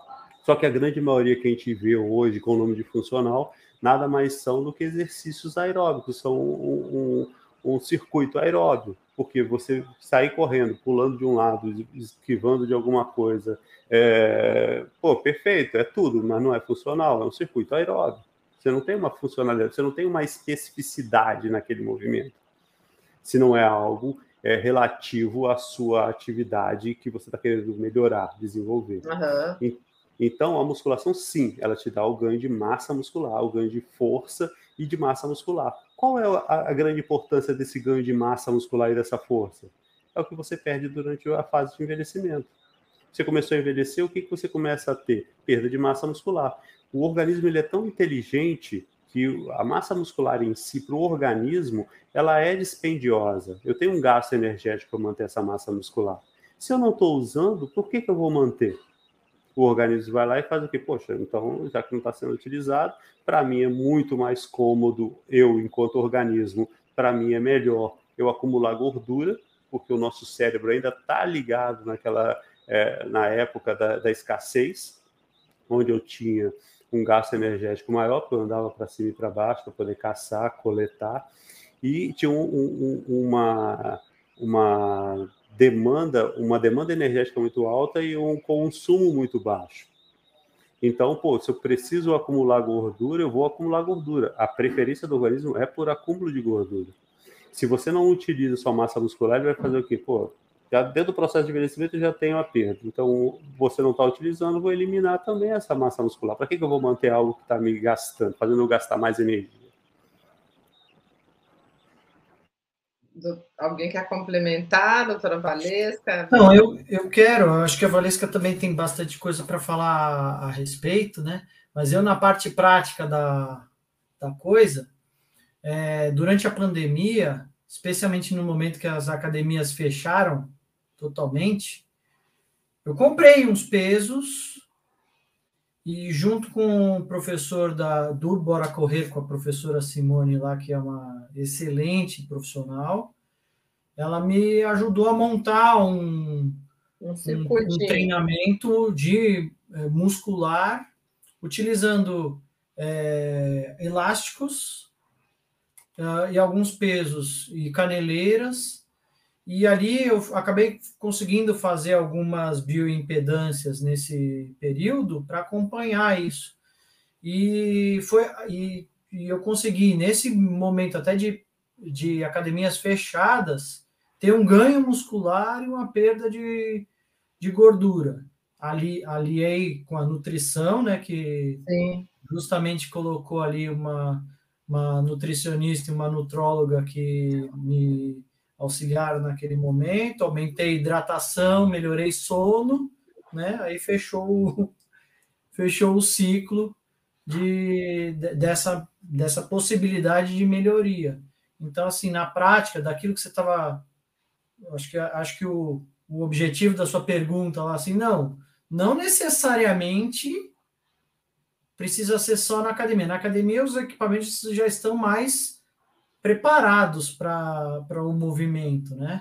Só que a grande maioria que a gente vê hoje com o nome de funcional, nada mais são do que exercícios aeróbicos, são um, um, um circuito aeróbico, porque você sair correndo, pulando de um lado, esquivando de alguma coisa, é... pô, perfeito, é tudo, mas não é funcional, é um circuito aeróbico. Você não tem uma funcionalidade, você não tem uma especificidade naquele movimento. Se não é algo é, relativo à sua atividade que você está querendo melhorar, desenvolver. Uhum. E, então, a musculação, sim, ela te dá o ganho de massa muscular, o ganho de força e de massa muscular. Qual é a, a grande importância desse ganho de massa muscular e dessa força? É o que você perde durante a fase de envelhecimento. Você começou a envelhecer, o que, que você começa a ter? Perda de massa muscular. O organismo ele é tão inteligente que a massa muscular em si, para o organismo, ela é dispendiosa. Eu tenho um gasto energético para manter essa massa muscular. Se eu não estou usando, por que, que eu vou manter? O organismo vai lá e faz o quê? Poxa, então, já que não está sendo utilizado, para mim é muito mais cômodo, eu, enquanto organismo, para mim é melhor eu acumular gordura, porque o nosso cérebro ainda está ligado naquela, é, na época da, da escassez, onde eu tinha um gasto energético maior, porque eu andava para cima e para baixo para poder caçar, coletar, e tinha um, um, uma, uma demanda, uma demanda energética muito alta e um consumo muito baixo. Então, pô, se eu preciso acumular gordura, eu vou acumular gordura. A preferência do organismo é por acúmulo de gordura. Se você não utiliza sua massa muscular, ele vai fazer o quê? Pô, já dentro do processo de envelhecimento eu já tenho a perda. Então, você não está utilizando, eu vou eliminar também essa massa muscular. Para que, que eu vou manter algo que está me gastando, fazendo eu gastar mais energia? Do, alguém quer complementar, doutora Valesca? Não, eu, eu quero. Eu acho que a Valesca também tem bastante coisa para falar a, a respeito, né? Mas eu, na parte prática da, da coisa, é, durante a pandemia, especialmente no momento que as academias fecharam totalmente, eu comprei uns pesos e, junto com o professor da, do Bora Correr, com a professora Simone lá, que é uma excelente profissional, ela me ajudou a montar um, um, um treinamento de é, muscular, utilizando é, elásticos uh, e alguns pesos e caneleiras. E ali eu acabei conseguindo fazer algumas bioimpedâncias nesse período para acompanhar isso. E, foi, e, e eu consegui, nesse momento até de, de academias fechadas, ter um ganho muscular e uma perda de, de gordura. Ali, aliei com a nutrição, né, que Sim. justamente colocou ali uma, uma nutricionista e uma nutróloga que me auxiliaram naquele momento, aumentei a hidratação, melhorei sono, né? Aí fechou, fechou o ciclo de, de, dessa, dessa possibilidade de melhoria. Então, assim, na prática, daquilo que você estava... Acho que, acho que o, o objetivo da sua pergunta lá, assim, não, não necessariamente precisa ser só na academia. Na academia, os equipamentos já estão mais preparados para o movimento, né?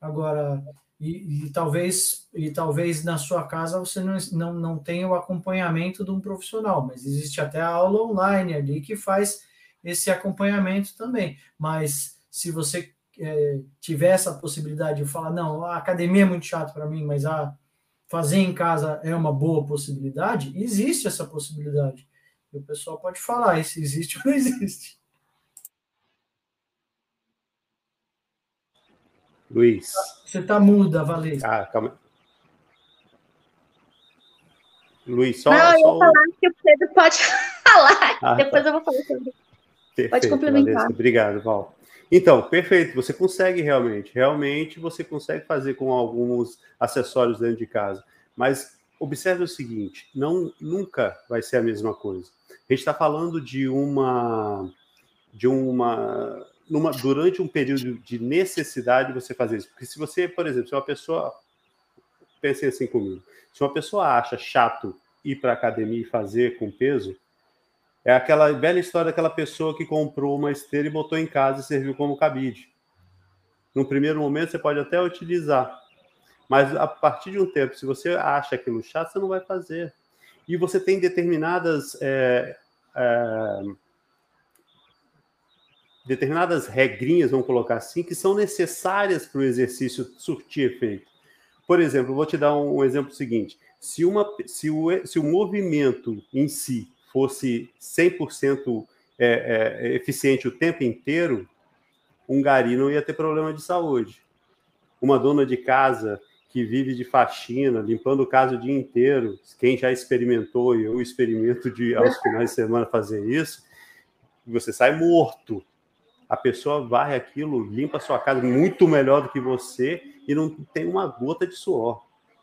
Agora, e, e, talvez, e talvez na sua casa você não, não, não tenha o acompanhamento de um profissional, mas existe até a aula online ali que faz esse acompanhamento também. Mas se você é, tiver essa possibilidade de falar, não, a academia é muito chato para mim, mas a fazer em casa é uma boa possibilidade, existe essa possibilidade. E o pessoal pode falar se existe ou não existe. Luiz. Você está muda, Valência. Ah, calma. Luiz, só... Não, eu ia só... falar que o Pedro pode falar, ah, depois tá. eu vou falar sobre isso. Perfeito, pode complementar. Valência. Obrigado, Val. Então, perfeito, você consegue realmente, realmente você consegue fazer com alguns acessórios dentro de casa, mas observe o seguinte, não, nunca vai ser a mesma coisa. A gente está falando de uma... De uma Numa, durante um período de necessidade de você fazer isso. Porque se você, por exemplo, se uma pessoa... Pensem assim comigo. Se uma pessoa acha chato ir para a academia e fazer com peso, é aquela velha história daquela pessoa que comprou uma esteira e botou em casa e serviu como cabide. No primeiro momento, você pode até utilizar. Mas a partir de um tempo, se você acha aquilo chato, você não vai fazer. E você tem determinadas... É, é, determinadas regrinhas, vamos colocar assim, que são necessárias para o exercício surtir efeito. Por exemplo, vou te dar um, um exemplo seguinte. Se, uma, se, o, se o movimento em si fosse cem por cento é, é, eficiente o tempo inteiro, um gari não ia ter problema de saúde. Uma dona de casa que vive de faxina, limpando casa o dia inteiro, quem já experimentou, e eu experimento de, aos finais de semana fazer isso, você sai morto. A pessoa varre aquilo, limpa a sua casa muito melhor do que você e não tem uma gota de suor.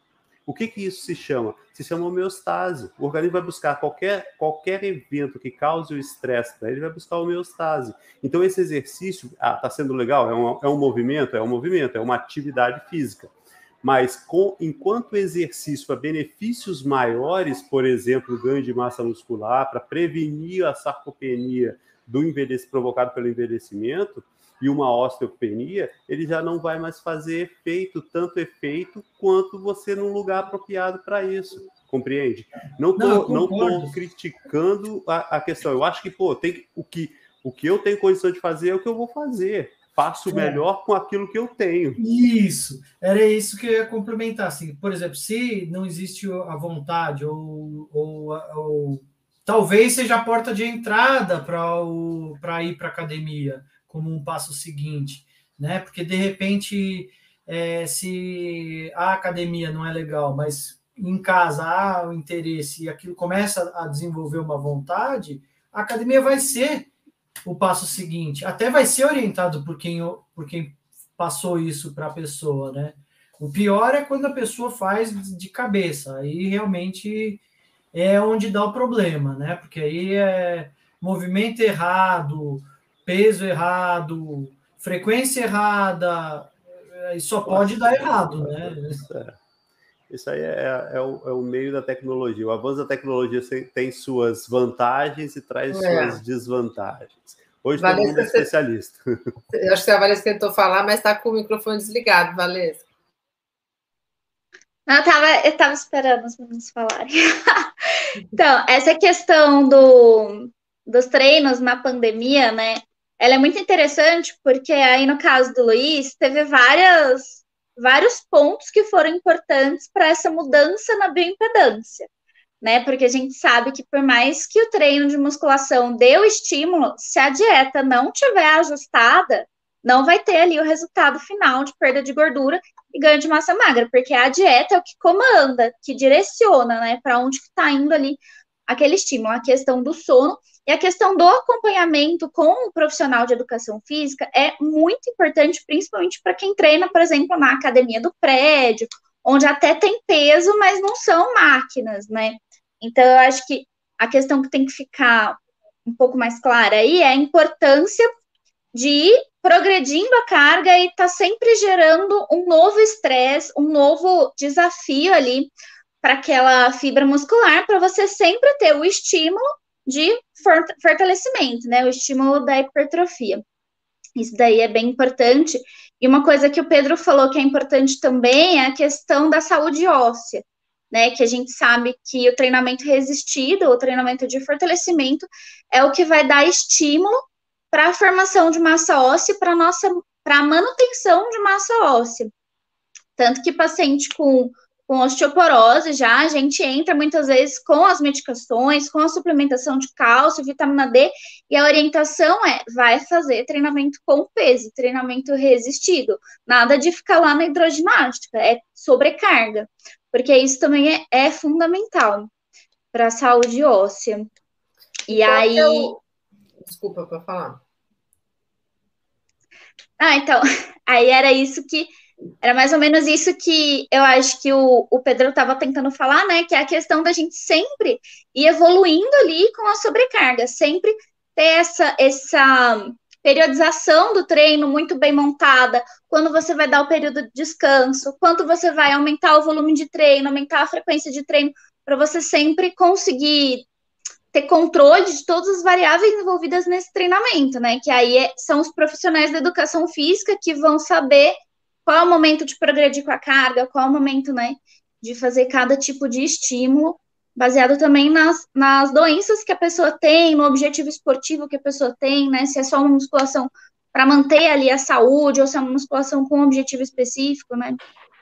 O que que isso se chama? Se chama homeostase. O organismo vai buscar qualquer, qualquer evento que cause o estresse para ele, vai buscar homeostase. Então, esse exercício, ah, tá sendo legal? É um, é um movimento? É um movimento, é uma atividade física. Mas, com, enquanto exercício para benefícios maiores, por exemplo, o ganho de massa muscular, para prevenir a sarcopenia, do envelhecimento provocado pelo envelhecimento e uma osteopenia, ele já não vai mais fazer efeito, tanto efeito quanto você num lugar apropriado para isso. Compreende? Não tô, não, não tô criticando a, a questão. Eu acho que, pô, tem, o, que, o que eu tenho condição de fazer é o que eu vou fazer. Faço é. melhor com aquilo que eu tenho. Isso. Era isso que eu ia complementar. Assim, por exemplo, se não existe a vontade ou... ou, ou talvez seja a porta de entrada para ir para a academia, como um passo seguinte, né? Porque, de repente, é, se a academia não é legal, mas em casa há o interesse e aquilo começa a desenvolver uma vontade, a academia vai ser o passo seguinte. Até vai ser orientado por quem, por quem passou isso para a pessoa, né? O pior é quando a pessoa faz de cabeça. Aí, realmente... é onde dá o problema, né? Porque aí é movimento errado, peso errado, frequência errada, e só pode dar errado, né? Isso aí é, é, o, é o meio da tecnologia. O avanço da tecnologia tem suas vantagens e traz é. suas desvantagens. Hoje Valesca, todo mundo é especialista. Você, eu acho que a Valesca tentou falar, mas está com o microfone desligado, Valesca. Não, eu tava, eu tava esperando os meninos falarem. Então, essa questão do, dos treinos na pandemia, né? Ela é muito interessante porque aí no caso do Luiz, teve várias, vários pontos que foram importantes para essa mudança na bioimpedância, né? Porque a gente sabe que por mais que o treino de musculação dê o estímulo, se a dieta não tiver ajustada, não vai ter ali o resultado final de perda de gordura e ganho de massa magra, porque a dieta é o que comanda, que direciona, né, para onde que está indo ali aquele estímulo. A questão do sono e a questão do acompanhamento com o profissional de educação física é muito importante, principalmente para quem treina, por exemplo, na academia do prédio, onde até tem peso, mas não são máquinas, né? Então, eu acho que a questão que tem que ficar um pouco mais clara aí é a importância de ir progredindo a carga e tá sempre gerando um novo estresse, um novo desafio ali para aquela fibra muscular, para você sempre ter o estímulo de fortalecimento, né? O estímulo da hipertrofia. Isso daí é bem importante. E uma coisa que o Pedro falou que é importante também é a questão da saúde óssea, né? Que a gente sabe que o treinamento resistido, o treinamento de fortalecimento, é o que vai dar estímulo para a formação de massa óssea, para nossa, para a manutenção de massa óssea. Tanto que paciente com, com osteoporose já, a gente entra muitas vezes com as medicações, com a suplementação de cálcio, vitamina D, e a orientação é, vai fazer treinamento com peso, treinamento resistido. Nada de ficar lá na hidroginástica, é sobrecarga, porque isso também é, é fundamental para a saúde óssea. E, e aí... É o... Desculpa, para falar. Ah, então, aí era isso que... Era mais ou menos isso que eu acho que o, o Pedro estava tentando falar, né? Que é a questão da gente sempre ir evoluindo ali com a sobrecarga, sempre ter essa, essa periodização do treino muito bem montada, quando você vai dar o período de descanso, quanto você vai aumentar o volume de treino, aumentar a frequência de treino, para você sempre conseguir ter controle de todas as variáveis envolvidas nesse treinamento, né? Que aí é, são os profissionais da educação física que vão saber qual é o momento de progredir com a carga, qual é o momento, né, de fazer cada tipo de estímulo, baseado também nas, nas doenças que a pessoa tem, no objetivo esportivo que a pessoa tem, né, se é só uma musculação para manter ali a saúde, ou se é uma musculação com um objetivo específico, né.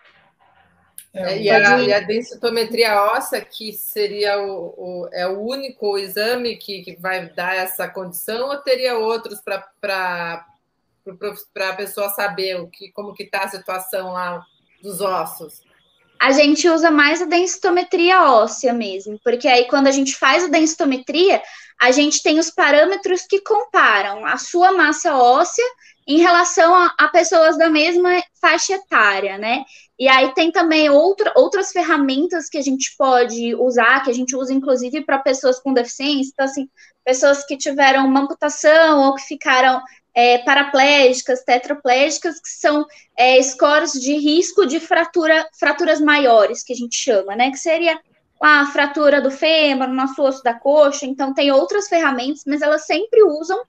É, e, a, e a densitometria óssea, que seria o, o, é o único exame que, que vai dar essa condição, ou teria outros para... para a pessoa saber o que, como que está a situação lá dos ossos? A gente usa mais a densitometria óssea mesmo, porque aí quando a gente faz a densitometria, a gente tem os parâmetros que comparam a sua massa óssea em relação a, a pessoas da mesma faixa etária, né? E aí tem também outra, outras ferramentas que a gente pode usar, que a gente usa inclusive para pessoas com deficiência, então assim, pessoas que tiveram uma amputação ou que ficaram É, paraplégicas, tetraplégicas, que são é, scores de risco de fratura, fraturas maiores, que a gente chama, né? Que seria a fratura do fêmur, no nosso osso da coxa. Então, tem outras ferramentas, mas elas sempre usam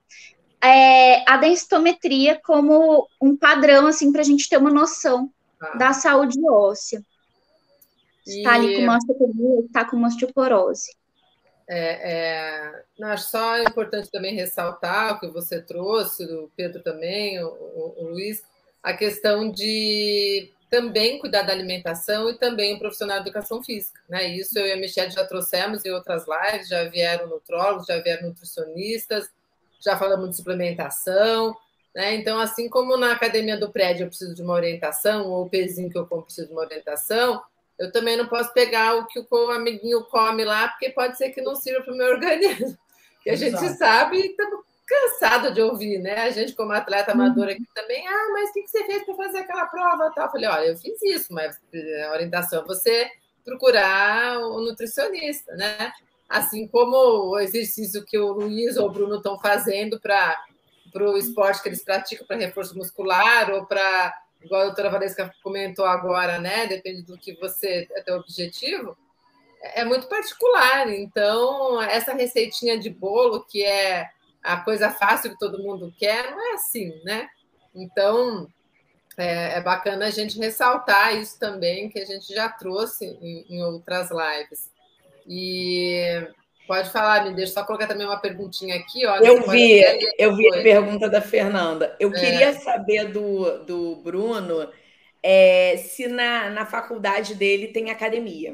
é, a densitometria como um padrão, assim, para a gente ter uma noção ah. da saúde óssea. Se está e... ali com uma osteopenia, está com uma osteoporose. É, é, não, acho só importante também ressaltar o que você trouxe, o Pedro também, o, o, o Luiz, a questão de também cuidar da alimentação e também o profissional de educação física, né? Isso eu e a Michelle já trouxemos em outras lives, já vieram nutrólogos, já vieram nutricionistas, já falamos de suplementação, né? Então, assim como na academia do prédio eu preciso de uma orientação, ou o pezinho que eu compro precisa de uma orientação, eu também não posso pegar o que o amiguinho come lá, porque pode ser que não sirva para o meu organismo. E a gente Exato. Sabe, e estamos cansados de ouvir, né? A gente, como atleta amadora aqui também, ah, mas o que você fez para fazer aquela prova? Eu falei, olha, eu fiz isso, mas a orientação é você procurar o nutricionista, né? Assim como o exercício que o Luiz ou o Bruno estão fazendo para o esporte que eles praticam, para reforço muscular ou para... igual a doutora Valesca comentou agora, né? Depende do que você é teu objetivo, é muito particular. Então, essa receitinha de bolo, que é a coisa fácil que todo mundo quer, não é assim, né? Então, é, é bacana a gente ressaltar isso também, que a gente já trouxe em, em outras lives. E pode falar, me deixa só colocar também uma perguntinha aqui. Ó, eu vi, eu vi a pergunta da Fernanda. Eu é. queria saber do, do Bruno é, se na, na faculdade dele tem academia.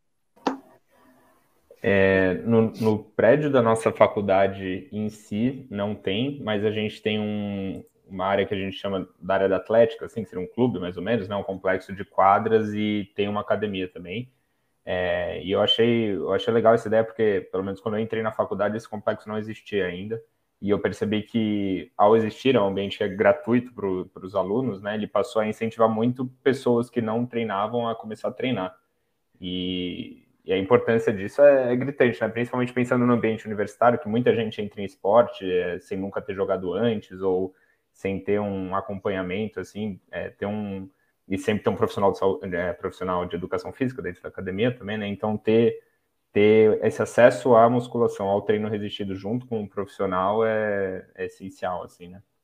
É, no, no prédio da nossa faculdade em si, não tem, mas a gente tem um, uma área que a gente chama da área da atlética, assim, que seria um clube, mais ou menos, né, um complexo de quadras, e tem uma academia também. É, e eu achei, eu achei legal essa ideia, porque, pelo menos quando eu entrei na faculdade, esse complexo não existia ainda, e eu percebi que, ao existir, é um ambiente que é gratuito para os alunos, né, ele passou a incentivar muito pessoas que não treinavam a começar a treinar. E... E a importância disso é, é gritante, né? Principalmente pensando no ambiente universitário, que muita gente entra em esporte é, sem nunca ter jogado antes, ou sem ter um acompanhamento, assim, é, ter um... E sempre ter um profissional de, saúde, é, profissional de educação física dentro da academia também, né? Então, ter, ter esse acesso à musculação, ao treino resistido junto com um profissional é, é essencial, assim, né?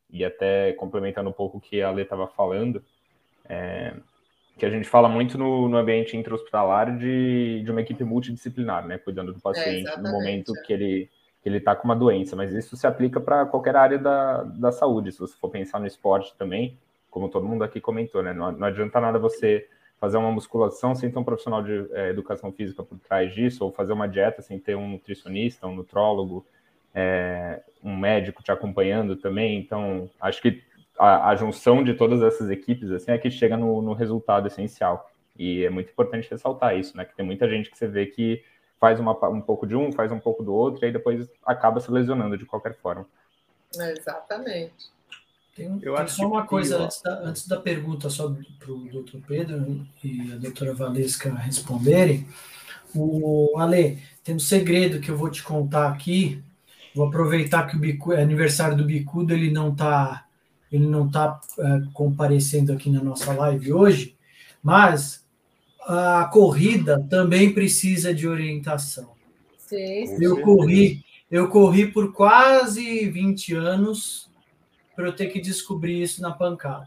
E até complementando um pouco o que a Lê estava falando, é, que a gente fala muito no, no ambiente intra-hospitalar de, de uma equipe multidisciplinar, né? Cuidando do paciente É, no momento exatamente. que ele que ele está com uma doença, mas isso se aplica para qualquer área da, da saúde. Se você for pensar no esporte também, como todo mundo aqui comentou, né? Não, não adianta nada você fazer uma musculação sem ter um profissional de é, educação física por trás disso, ou fazer uma dieta sem ter um nutricionista, um nutrólogo, é, um médico te acompanhando também. Então, acho que a, a junção de todas essas equipes assim, é que chega no, no resultado essencial. E é muito importante ressaltar isso, né? Que tem muita gente que você vê que faz uma, um pouco de um, faz um pouco do outro, e aí depois acaba se lesionando de qualquer forma. Exatamente. Tem, Eu tem acho só que uma coisa pior. antes da, antes da pergunta só para o doutor Pedro e a doutora Valesca responderem. O Ale, tem um segredo que eu vou te contar aqui. Vou aproveitar que o Bicu, é aniversário do Bicudo, ele não está ele não tá, é, comparecendo aqui na nossa live hoje, mas a corrida também precisa de orientação. Sim, Com sim. Eu certeza. corri, eu corri por quase vinte anos para eu ter que descobrir isso na pancada.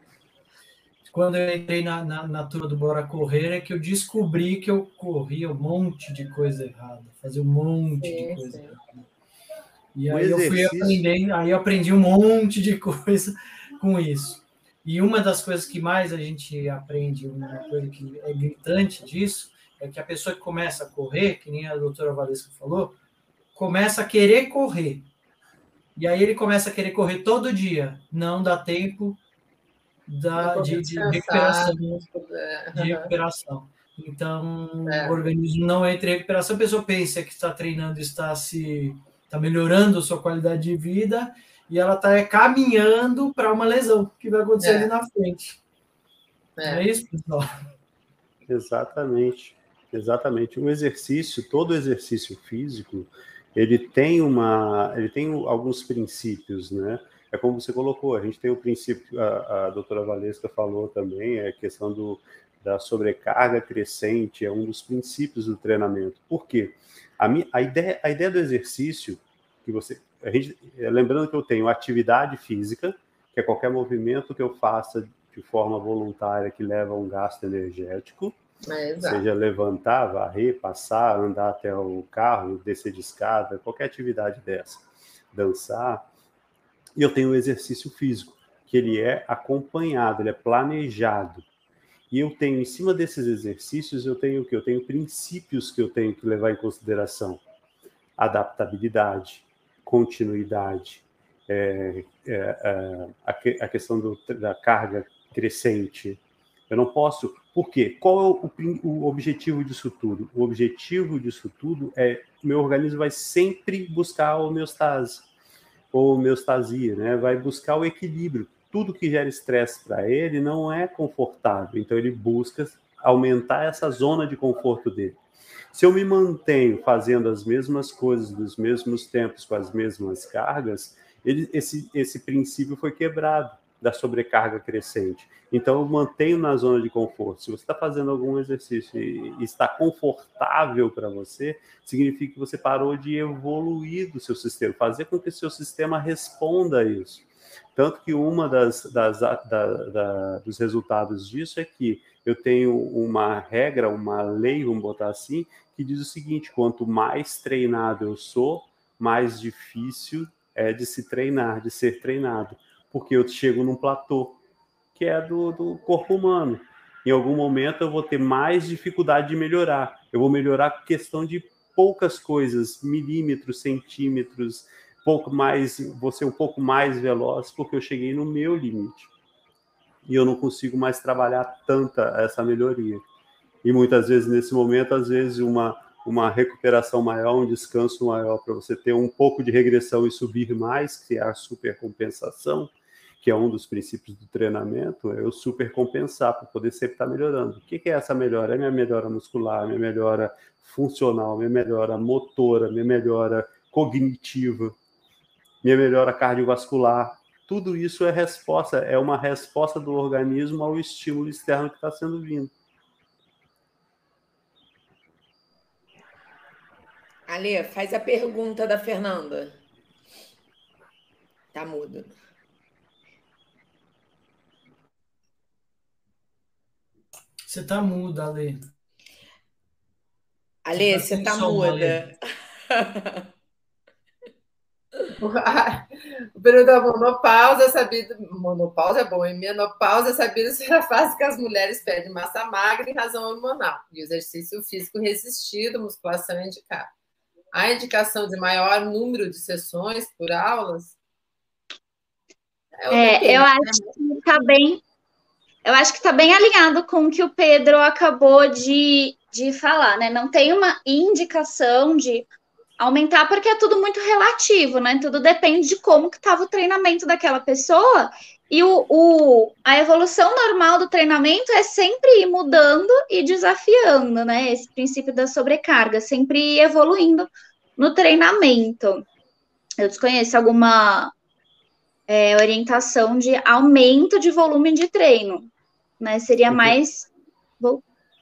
Quando eu entrei na, na, na turma do Bora Correr, é que eu descobri que eu corria um monte de coisa errada, fazia um monte de Sim, coisa sim. errada. E O aí eu fui exercício. aprendendo, aí eu aprendi um monte de coisa com isso. E uma das coisas que mais a gente aprende, uma coisa que é gritante disso, é que a pessoa que começa a correr, que nem a doutora Valesca falou, começa a querer correr. E aí ele começa a querer correr todo dia. Não dá tempo Não da, poder de, de descansar, recuperação. não poder... De recuperação. Então, É. o organismo não entra em recuperação. A pessoa pensa que está treinando, está se está melhorando a sua qualidade de vida e ela está caminhando para uma lesão que vai acontecer É. ali na frente. É. Não é isso, pessoal? Exatamente, exatamente. O exercício, todo exercício físico, ele tem uma, ele tem alguns princípios, né? É como você colocou, a gente tem o princípio, a, a doutora Valesca falou também, é a questão do, da sobrecarga crescente, é um dos princípios do treinamento. Por quê? A, minha, a, ideia, a ideia do exercício, que você, a gente, lembrando que eu tenho atividade física, que é qualquer movimento que eu faça de forma voluntária que leva a um gasto energético, É, seja levantar, varrer, passar, andar até o carro, descer de escada, qualquer atividade dessa, dançar. E eu tenho o exercício físico, que ele é acompanhado, ele é planejado. E eu tenho, em cima desses exercícios, eu tenho o quê? Eu tenho princípios que eu tenho que levar em consideração. Adaptabilidade, continuidade, é, é, é, a, a questão do, da carga crescente. Eu não posso... Por quê? Qual é o, o objetivo disso tudo? O objetivo disso tudo é meu organismo vai sempre buscar a homeostase, ou homeostasia, né? Vai buscar o equilíbrio. Tudo que gera estresse para ele não é confortável, então ele busca aumentar essa zona de conforto dele. Se eu me mantenho fazendo as mesmas coisas nos mesmos tempos, com as mesmas cargas, ele, esse, esse princípio foi quebrado da sobrecarga crescente. Então, eu mantenho na zona de conforto. Se você está fazendo algum exercício e, e está confortável para você, significa que você parou de evoluir do seu sistema, fazer com que o seu sistema responda a isso. Tanto que uma das, das da, da, dos resultados disso é que eu tenho uma regra, uma lei, vamos botar assim, que diz o seguinte: quanto mais treinado eu sou, mais difícil é de se treinar, de ser treinado, porque eu chego num platô, que é do, do corpo humano. Em algum momento eu vou ter mais dificuldade de melhorar. Eu vou melhorar por questão de poucas coisas, milímetros, centímetros, pouco mais, vou ser um pouco mais veloz, porque eu cheguei no meu limite. E eu não consigo mais trabalhar tanta essa melhoria. E muitas vezes, nesse momento, às vezes, uma, uma recuperação maior, um descanso maior, para você ter um pouco de regressão e subir mais, que é a supercompensação, que é um dos princípios do treinamento, é eu supercompensar para poder sempre estar melhorando. O que é essa melhora? É minha melhora muscular, minha melhora funcional, minha melhora motora, minha melhora cognitiva, minha melhora cardiovascular. Tudo isso é resposta, é uma resposta do organismo ao estímulo externo que está sendo vindo. Ale, faz a pergunta da Fernanda. Tá mudo. Você está muda, Ale. Ale, você está muda. O período da monopausa é sabido. Monopausa é bom, e menopausa é sabido ser a fase que as mulheres perdem massa magra em razão hormonal. E o exercício físico resistido, musculação é indicado. A indicação de maior número de sessões por aulas. É, é eu acho que está bem. Eu acho que está bem alinhado com o que o Pedro acabou de, de falar, né? Não tem uma indicação de aumentar, porque é tudo muito relativo, né? Tudo depende de como que estava o treinamento daquela pessoa. E o, o, a evolução normal do treinamento é sempre ir mudando e desafiando, né? Esse princípio da sobrecarga, sempre ir evoluindo no treinamento. Eu desconheço alguma é, orientação de aumento de volume de treino, né? Seria mais... Vou...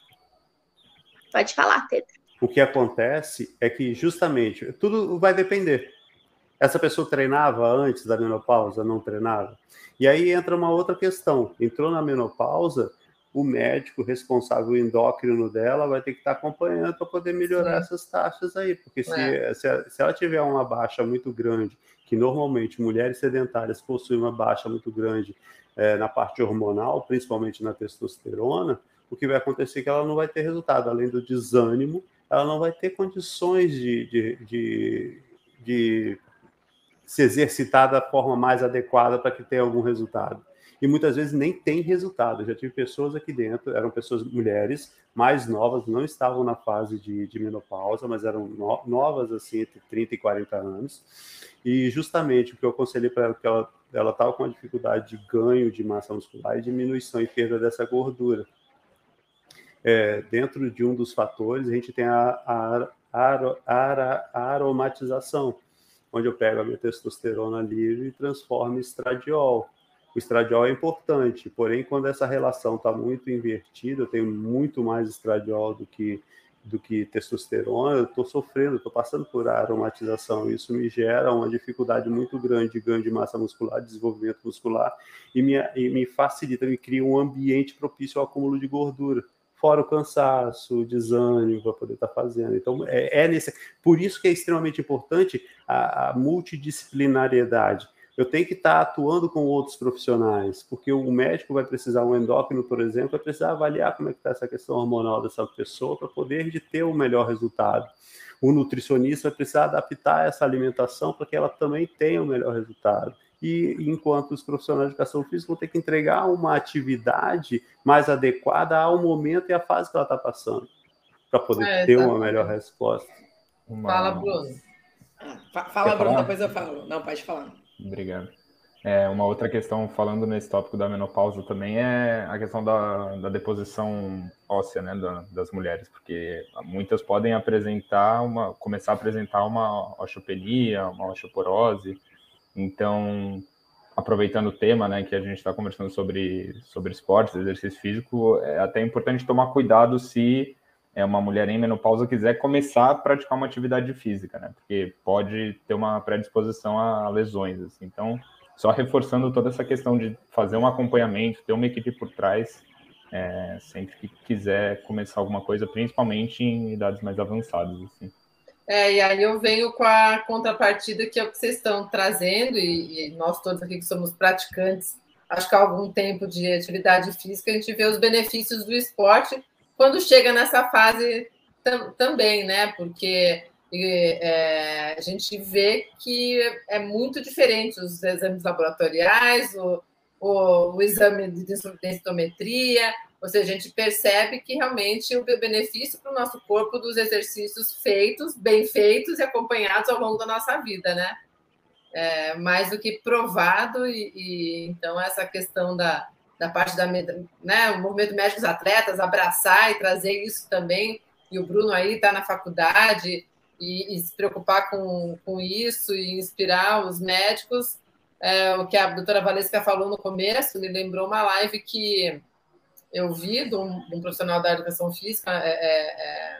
Pode falar, Pedro. O que acontece é que, justamente, tudo vai depender. Essa pessoa treinava antes da menopausa, não treinava? E aí entra uma outra questão. Entrou na menopausa, o médico responsável, o endócrino dela, vai ter que estar acompanhando para poder melhorar Sim. essas taxas aí. Porque se, é. se, se ela tiver uma baixa muito grande, que normalmente mulheres sedentárias possuem uma baixa muito grande é, na parte hormonal, principalmente na testosterona, o que vai acontecer é que ela não vai ter resultado. Além do desânimo, ela não vai ter condições de, de, de, de se exercitar da forma mais adequada para que tenha algum resultado. E muitas vezes nem tem resultado. Eu já tive pessoas aqui dentro, eram pessoas, mulheres mais novas, não estavam na fase de, de menopausa, mas eram no, novas, assim, entre trinta e quarenta anos. E justamente o que eu aconselhei para ela, que ela ela estava com uma dificuldade de ganho de massa muscular e diminuição e perda dessa gordura. É, dentro de um dos fatores, a gente tem a, a, a, a, a aromatização, onde eu pego a minha testosterona livre e transformo em estradiol. O estradiol é importante, porém, quando essa relação está muito invertida, eu tenho muito mais estradiol do que, do que testosterona, eu estou sofrendo, estou passando por aromatização. Isso me gera uma dificuldade muito grande de ganho de massa muscular, de desenvolvimento muscular, e me, e me facilita, me cria um ambiente propício ao acúmulo de gordura. Fora o cansaço, o desânimo para poder estar tá fazendo. Então, é, é nesse... por isso que é extremamente importante a, a multidisciplinariedade. Eu tenho que estar tá atuando com outros profissionais, porque o médico vai precisar, um endócrino, por exemplo, vai precisar avaliar como é que está essa questão hormonal dessa pessoa para poder de ter o melhor resultado. O nutricionista vai precisar adaptar essa alimentação para que ela também tenha o melhor resultado. E enquanto os profissionais de educação física vão ter que entregar uma atividade mais adequada ao momento e à fase que ela está passando, para poder é, ter uma melhor resposta. Uma... Fala, Bruno. Ah, fala, Bruno, depois eu falo. Não, pode falar. Obrigado. É, uma outra questão, falando nesse tópico da menopausa também, é a questão da, da deposição óssea, né, da, das mulheres, porque muitas podem apresentar uma, começar a apresentar uma osteopenia, uma osteoporose. Então, aproveitando o tema, né, que a gente está conversando sobre, sobre esportes, exercício físico, é até importante tomar cuidado se é uma mulher em menopausa quiser começar a praticar uma atividade física, né, porque pode ter uma predisposição a lesões, assim. Então, só reforçando toda essa questão de fazer um acompanhamento, ter uma equipe por trás, é, sempre que quiser começar alguma coisa, principalmente em idades mais avançadas, assim. É, e aí eu venho com a contrapartida, que é o que vocês estão trazendo, e, e nós todos aqui que somos praticantes, acho que há algum tempo de atividade física, a gente vê os benefícios do esporte quando chega nessa fase tam, também, né? Porque é, a gente vê que é muito diferente os exames laboratoriais, o, o, o exame de densitometria, ou seja, a gente percebe que realmente o benefício para o nosso corpo dos exercícios feitos, bem feitos e acompanhados ao longo da nossa vida, né? É, mais do que provado, e, e então essa questão da, da parte da, né, o movimento médico dos atletas, abraçar e trazer isso também, e o Bruno aí está na faculdade e, e se preocupar com, com isso e inspirar os médicos. É, o que a doutora Valesca falou no começo me lembrou uma live que eu vi de um, de um profissional da educação física é, é,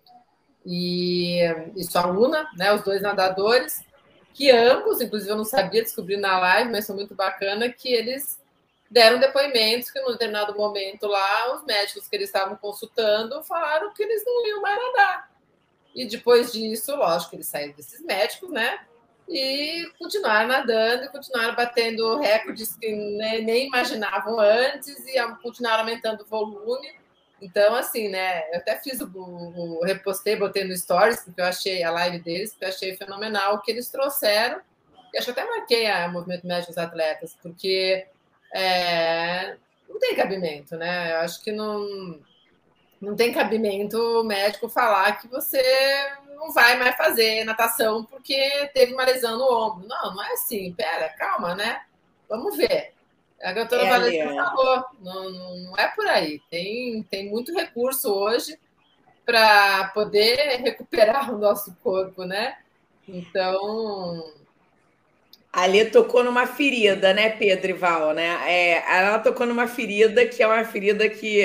e, e sua aluna, né, os dois nadadores, que ambos, inclusive eu não sabia, descobri na live, mas são muito bacana, que eles deram depoimentos que, num determinado momento lá, os médicos que eles estavam consultando falaram que eles não iam mais nadar. E depois disso, lógico, eles saíram desses médicos, né? E continuaram nadando, e continuaram batendo recordes que nem imaginavam antes, e continuaram aumentando o volume. Então, assim, né? Eu até fiz o, o repostei, botei no Stories, porque eu achei a live deles, porque eu achei fenomenal o que eles trouxeram. E acho que até marquei a Movimento Médico dos Atletas, porque é, não tem cabimento, né? Eu acho que não, não tem cabimento o médico falar que você não vai mais fazer natação porque teve uma lesão no ombro. Não, não é assim. Pera, calma, né? Vamos ver. A doutora É, Valéria é. falou, não, não é por aí. Tem, tem muito recurso hoje para poder recuperar o nosso corpo, né? Então... A Lê tocou numa ferida, né, Pedro e Val, né? É, ela tocou numa ferida que é uma ferida que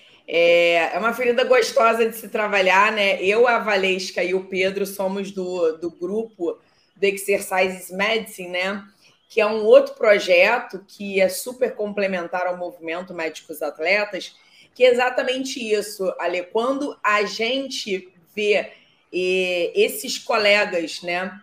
é, é uma ferida gostosa de se trabalhar, né? Eu, a Valesca e o Pedro somos do, do grupo do Exercises Medicine, né? Que é um outro projeto que é super complementar ao movimento Médicos Atletas, que é exatamente isso, Ale. Quando a gente vê e, esses colegas, né?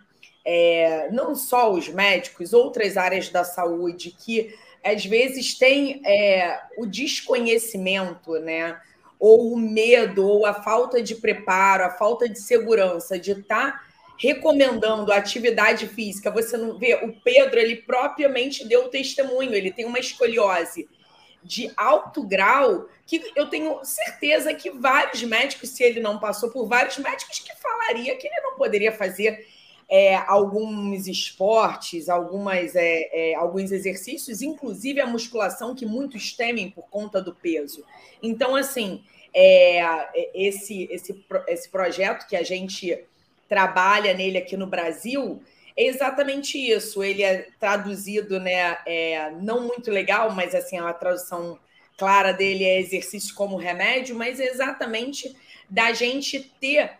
É, não só os médicos, outras áreas da saúde, que às vezes têm é, o desconhecimento, né? Ou o medo, ou a falta de preparo, a falta de segurança de estar recomendando a atividade física. Você não vê, o Pedro, ele propriamente deu testemunho, ele tem uma escoliose de alto grau, que eu tenho certeza que vários médicos, se ele não passou por vários médicos, que falaria que ele não poderia fazer É, alguns esportes, algumas, é, é, alguns exercícios, inclusive a musculação, que muitos temem por conta do peso. Então, assim, é, esse, esse, esse projeto que a gente trabalha nele aqui no Brasil é exatamente isso. Ele é traduzido, né, é, não muito legal, mas assim, a tradução clara dele é exercício como remédio, mas é exatamente da gente ter...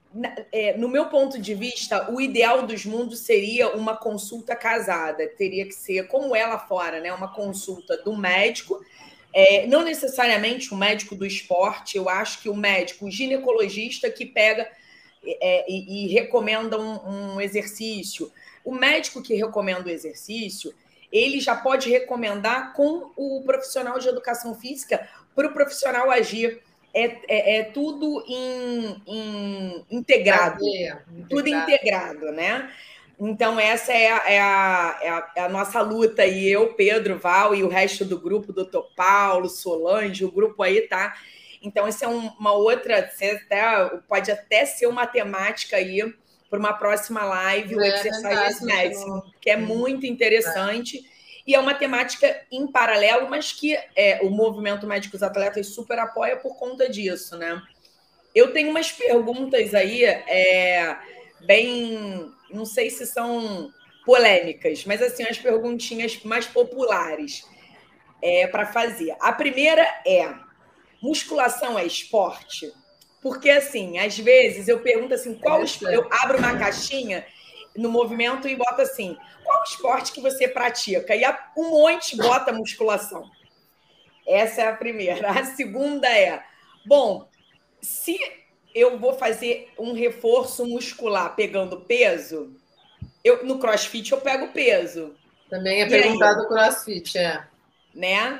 No meu ponto de vista, o ideal dos mundos seria uma consulta casada. Teria que ser, como é lá fora, né? Uma consulta do médico, é, não necessariamente o médico do esporte. Eu acho que o médico, o ginecologista que pega é, e, e recomenda um, um exercício. O médico que recomenda o exercício, ele já pode recomendar com o profissional de educação física para o profissional agir. É, é, é tudo em, em integrado, é, tudo integrado, né? Então, essa é a, é, a, é, a, é a nossa luta. E eu, Pedro, Val e o resto do grupo, doutor Paulo, Solange, o grupo aí, tá? Então, isso é um, uma outra... Até, pode até ser uma temática aí para uma próxima live, é, o Exercise Medicine, que é muito interessante. É. E é uma temática em paralelo, mas que é, o movimento Médicos Atletas super apoia por conta disso, né? Eu tenho umas perguntas aí, é, bem... Não sei se são polêmicas, mas assim, as perguntinhas mais populares é, para fazer. A primeira é, musculação é esporte? Porque, assim, às vezes eu pergunto assim, qual esporte? Eu abro uma caixinha no movimento e boto assim, qual esporte que você pratica? E um monte bota musculação. Essa é a primeira. A segunda é, bom, se eu vou fazer um reforço muscular pegando peso, eu, no CrossFit eu pego peso. Também é perguntado do CrossFit, é. Né?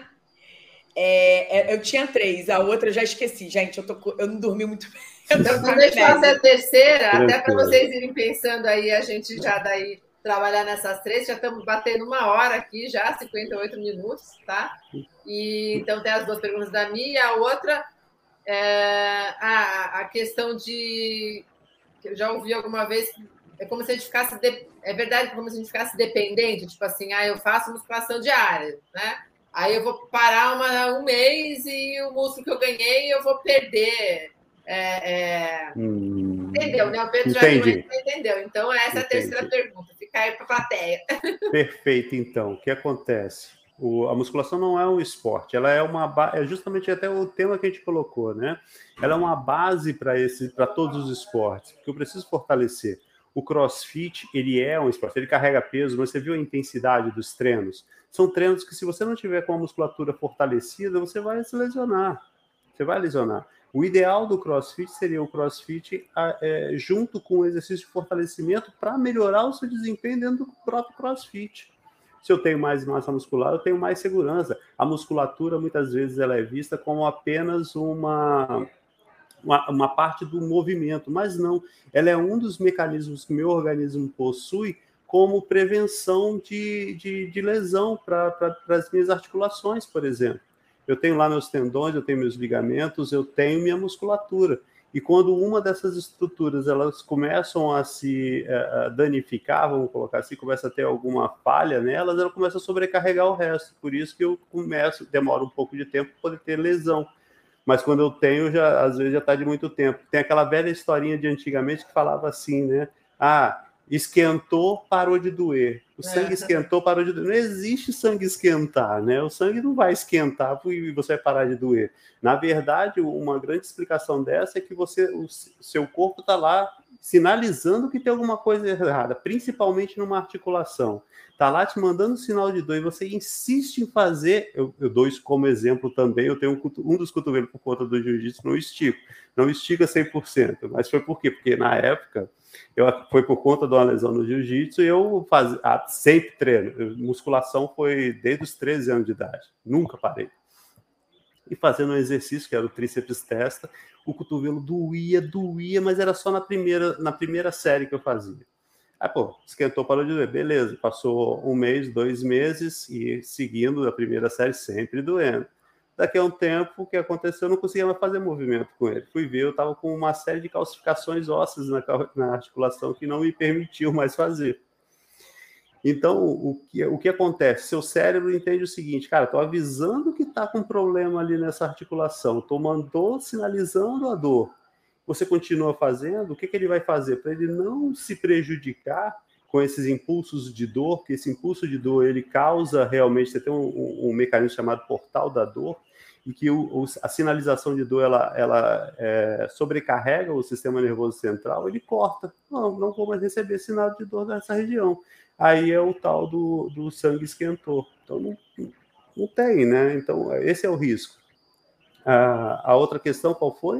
É, é, eu tinha três, a outra eu já esqueci, gente, eu, tô, eu não dormi muito bem. Então, deixa eu fazer a terceira, até para vocês irem pensando aí, a gente já daí trabalhar nessas três, já estamos batendo uma hora aqui, já, cinquenta e oito minutos, tá? E, então, tem as duas perguntas da minha, e a outra, é, a, a questão de, que eu já ouvi alguma vez, é como se a gente ficasse, de, é verdade, como se a gente ficasse dependente, tipo assim, ah, eu faço musculação diária, né? Aí eu vou parar uma, um mês e o músculo que eu ganhei eu vou perder. É, é... Hum, entendeu, né? O Pedro já entendeu. Então, essa é a terceira pergunta. Fica aí para a plateia. Perfeito, então. O que acontece? O, a musculação não é um esporte, ela é uma é justamente até o tema que a gente colocou, né? Ela é uma base para esse, para todos os esportes, porque eu preciso fortalecer. o CrossFit, ele é um esporte, ele carrega peso, mas você viu a intensidade dos treinos? São treinos que, se você não tiver com a musculatura fortalecida, você vai se lesionar. Você vai lesionar. O ideal do CrossFit seria o CrossFit é, junto com o exercício de fortalecimento para melhorar o seu desempenho dentro do próprio CrossFit. Se eu tenho mais massa muscular, eu tenho mais segurança. A musculatura, muitas vezes, ela é vista como apenas uma, uma, uma parte do movimento, mas não. Ela é um dos mecanismos que o meu organismo possui como prevenção de, de, de lesão para as minhas articulações, por exemplo. Eu tenho lá meus tendões, eu tenho meus ligamentos, eu tenho minha musculatura. E quando uma dessas estruturas elas começam a se uh, danificar, vamos colocar assim, começa a ter alguma falha nelas, ela começa a sobrecarregar o resto. Por isso que eu começo, demora um pouco de tempo para poder ter lesão. Mas quando eu tenho, já, às vezes já está de muito tempo. Tem aquela velha historinha de antigamente que falava assim, né? Ah, esquentou, parou de doer. O sangue é. esquentou, parou de doer. Não existe sangue esquentar, né? O sangue não vai esquentar e você vai parar de doer. Na verdade, uma grande explicação dessa é que você, o seu corpo está lá sinalizando que tem alguma coisa errada, principalmente numa articulação. Está lá te mandando sinal de dor e você insiste em fazer. Eu, eu dou isso como exemplo também. Eu tenho um, um dos cotovelos por conta do jiu-jitsu, não estico. Não estica cem por cento. Mas foi por quê? Porque na época, eu, foi por conta de uma lesão no jiu-jitsu e eu faz, ah, sempre treino. Eu, musculação foi desde os treze anos de idade. Nunca parei. E fazendo um exercício, que era o tríceps testa, o cotovelo doía, doía, mas era só na primeira, na primeira série que eu fazia. Aí, pô, esquentou, parou de doer. Beleza, passou um mês, dois meses, e seguindo a primeira série, sempre doendo. Daqui a um tempo, o que aconteceu? Eu não conseguia mais fazer movimento com ele. Fui ver, eu estava com uma série de calcificações ósseas na, na articulação que não me permitiam mais fazer. Então, o que, o que acontece? Seu cérebro entende o seguinte, cara, estou avisando que está com problema ali nessa articulação, estou mandou, sinalizando a dor. Você continua fazendo, o que, que ele vai fazer? Para ele não se prejudicar com esses impulsos de dor, que esse impulso de dor ele causa realmente, você tem um, um, um mecanismo chamado portal da dor, e que o, o, a sinalização de dor ela, ela é, sobrecarrega o sistema nervoso central, ele corta. Não, não vou mais receber sinal de dor nessa região. Aí é o tal do, do sangue esquentou. Então, não, não tem, né? Então, esse é o risco. A, a outra questão, qual foi?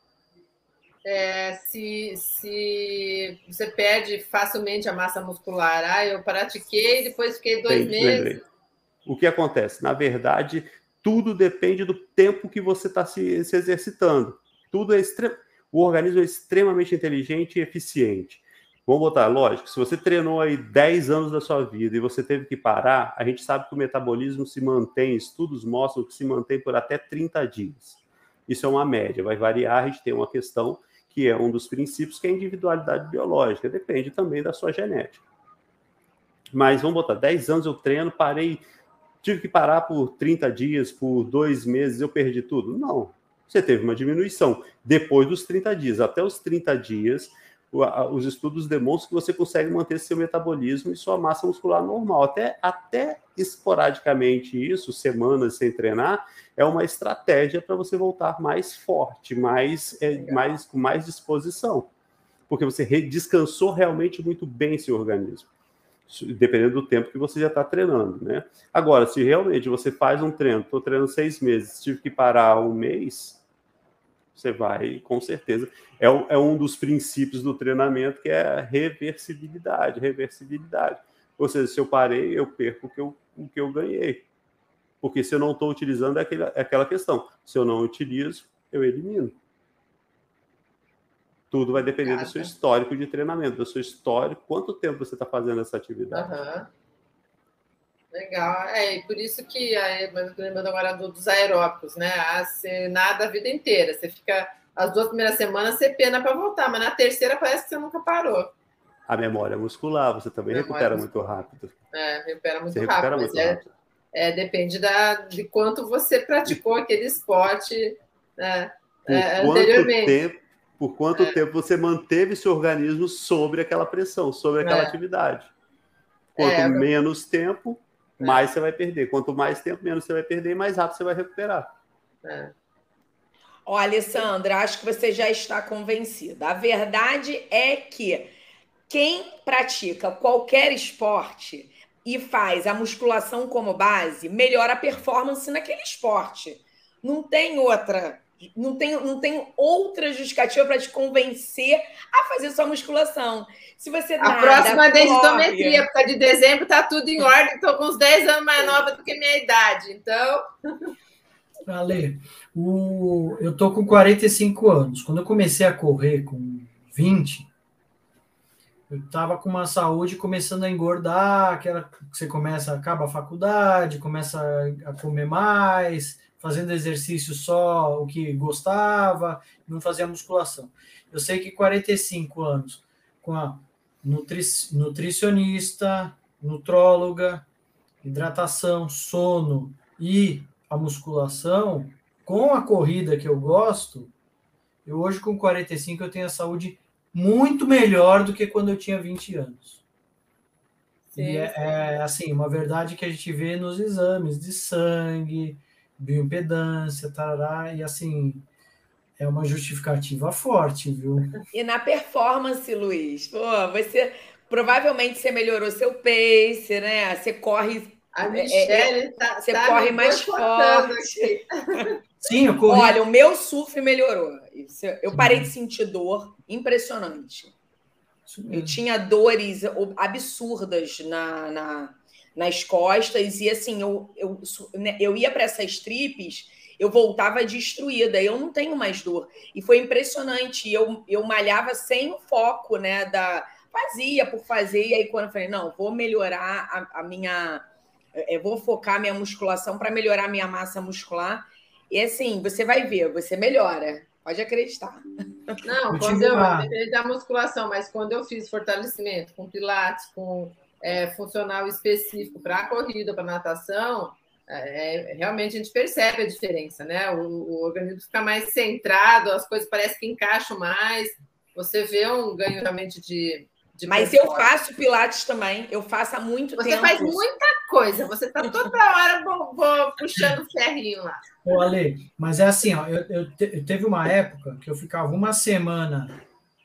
É, se, se você perde facilmente a massa muscular. Ah, eu pratiquei, depois fiquei dois Entendi, meses. Lembrei. O que acontece? Na verdade, tudo depende do tempo que você está se, se exercitando. Tudo é extre... O organismo é extremamente inteligente e eficiente. Vamos botar, lógico, se você treinou aí dez anos da sua vida e você teve que parar, a gente sabe que o metabolismo se mantém, estudos mostram que se mantém por até trinta dias. Isso é uma média, vai variar, a gente tem uma questão que é um dos princípios, que é a individualidade biológica, depende também da sua genética. Mas vamos botar, dez anos eu treino, parei, tive que parar por trinta dias, por dois meses, eu perdi tudo? Não, você teve uma diminuição. Depois dos trinta dias, até os trinta dias, os estudos demonstram que você consegue manter seu metabolismo e sua massa muscular normal. Até, até esporadicamente isso, semanas sem treinar, é uma estratégia para você voltar mais forte, mais, é, mais, com mais disposição. Porque você descansou realmente muito bem seu organismo, dependendo do tempo que você já está treinando, né? Agora, se realmente você faz um treino, estou treinando seis meses, tive que parar um mês, você vai, com certeza. É, é um dos princípios do treinamento, que é a reversibilidade. Reversibilidade. Ou seja, se eu parei, eu perco o que eu, o que eu ganhei. Porque se eu não estou utilizando, é aquela, é aquela questão. Se eu não utilizo, eu elimino. Tudo vai depender Obrigada. do seu histórico de treinamento, do seu histórico, quanto tempo você está fazendo essa atividade. Uhum. Legal, é, e por isso que, lembrando agora dos aeróbicos, né? Você nada a vida inteira, você fica, as duas primeiras semanas você pena para voltar, mas na terceira parece que você nunca parou. A memória muscular, você também recupera muito rápido. É, recupera muito você rápido, recupera muito é, rápido. É, depende da, de quanto você praticou aquele esporte, né, por é, quanto anteriormente. Tempo, por quanto é. tempo você manteve seu organismo sobre aquela pressão, sobre aquela é. atividade. Quanto é, menos tempo, mais é. você vai perder. Quanto mais tempo, menos você vai perder e mais rápido você vai recuperar. É. Ó, Alessandra, acho que você já está convencida. A verdade é que quem pratica qualquer esporte e faz a musculação como base, melhora a performance naquele esporte. Não tem outra, não tem, não tem outra justificativa para te convencer a fazer sua musculação. Se você A nada, próxima é corre... densitometria, porque de dezembro está tudo em ordem, estou com uns dez anos mais nova do que minha idade, então... Ale, o... eu estou com quarenta e cinco anos. Quando eu comecei a correr com vinte, eu estava com uma saúde começando a engordar, aquela que você começa, acaba a faculdade, começa a comer mais, fazendo exercício só o que gostava, não fazia musculação. Eu sei que quarenta e cinco anos, com a nutri nutricionista, nutróloga, hidratação, sono e a musculação, com a corrida que eu gosto, eu hoje com quarenta e cinco eu tenho a saúde muito melhor do que quando eu tinha vinte anos. Sim, e é, sim. é assim, uma verdade que a gente vê nos exames de sangue, bioimpedância, tarará, e assim, é uma justificativa forte, viu? E na performance, Luiz, pô, você provavelmente você melhorou seu pace, né? Você corre. A Michelle é, tá, você tá corre mais forte. Sim, eu corri. Olha, o meu surf melhorou. Eu parei de sentir dor, impressionante. Eu tinha dores absurdas na, na, nas costas, e assim, eu, eu, eu ia para essas tripes, eu voltava destruída, eu não tenho mais dor. E foi impressionante, eu, eu malhava sem o foco, né? Da, fazia por fazer, e aí quando eu falei, não, vou melhorar a, a minha... Eu vou focar a minha musculação para melhorar a minha massa muscular. E assim, você vai ver, você melhora. Pode acreditar. Não, quando eu, depende da musculação, mas quando eu fiz fortalecimento com pilates, com é, funcional específico para a corrida, para a natação, é, realmente a gente percebe a diferença, né? O, o organismo fica mais centrado, as coisas parecem que encaixam mais, você vê um ganho realmente de... de mas eu faço pilates também, eu faço há muito você tempo. Você faz muita coisa, você está toda hora vou, vou puxando o ferrinho lá. Ô, Ale, mas é assim, ó, eu, eu, te, eu teve uma época que eu ficava uma semana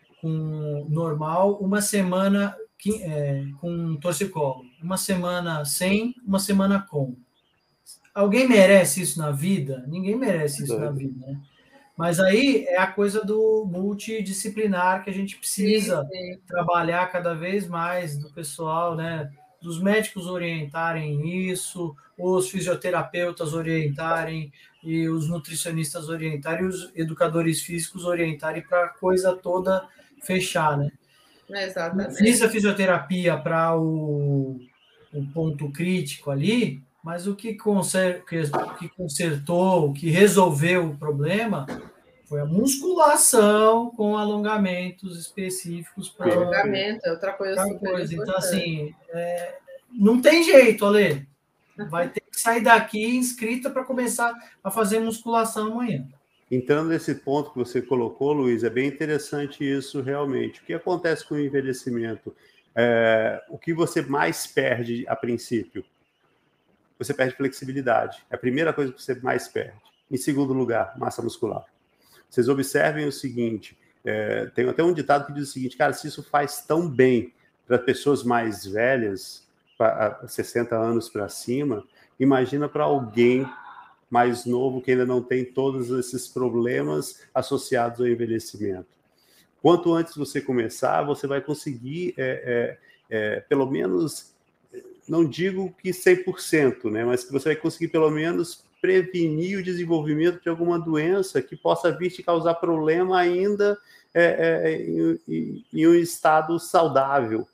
com normal, uma semana que, é, com torcicolo, uma semana sem, uma semana com. Alguém merece isso na vida? Ninguém merece isso na vida, né? Mas aí é a coisa do multidisciplinar que a gente precisa sim, sim. trabalhar cada vez mais do pessoal, né? Dos médicos orientarem isso, os fisioterapeutas orientarem e os nutricionistas orientarem e os educadores físicos orientarem para a coisa toda fechar, né? Exatamente. Fiz a fisioterapia para o, o ponto crítico ali, mas o que, conser, que consertou, o que resolveu o problema foi a musculação com alongamentos específicos para alongamento, é outra coisa super coisa. importante. Então, assim, é, não tem jeito, Ale. Vai ter que sair daqui inscrita para começar a fazer musculação amanhã. Entrando nesse ponto que você colocou, Luiz, é bem interessante isso realmente. O que acontece com o envelhecimento? É, o que você mais perde a princípio? Você perde flexibilidade. É a primeira coisa que você mais perde. Em segundo lugar, massa muscular. Vocês observem o seguinte, é, tem até um ditado que diz o seguinte, cara, se isso faz tão bem para pessoas mais velhas, para sessenta anos para cima, imagina para alguém mais novo que ainda não tem todos esses problemas associados ao envelhecimento. Quanto antes você começar, você vai conseguir, é, é, é, pelo menos, não digo que cem por cento, né, mas que você vai conseguir pelo menos prevenir o desenvolvimento de alguma doença que possa vir te causar problema ainda é, é, em, em, em um estado saudável.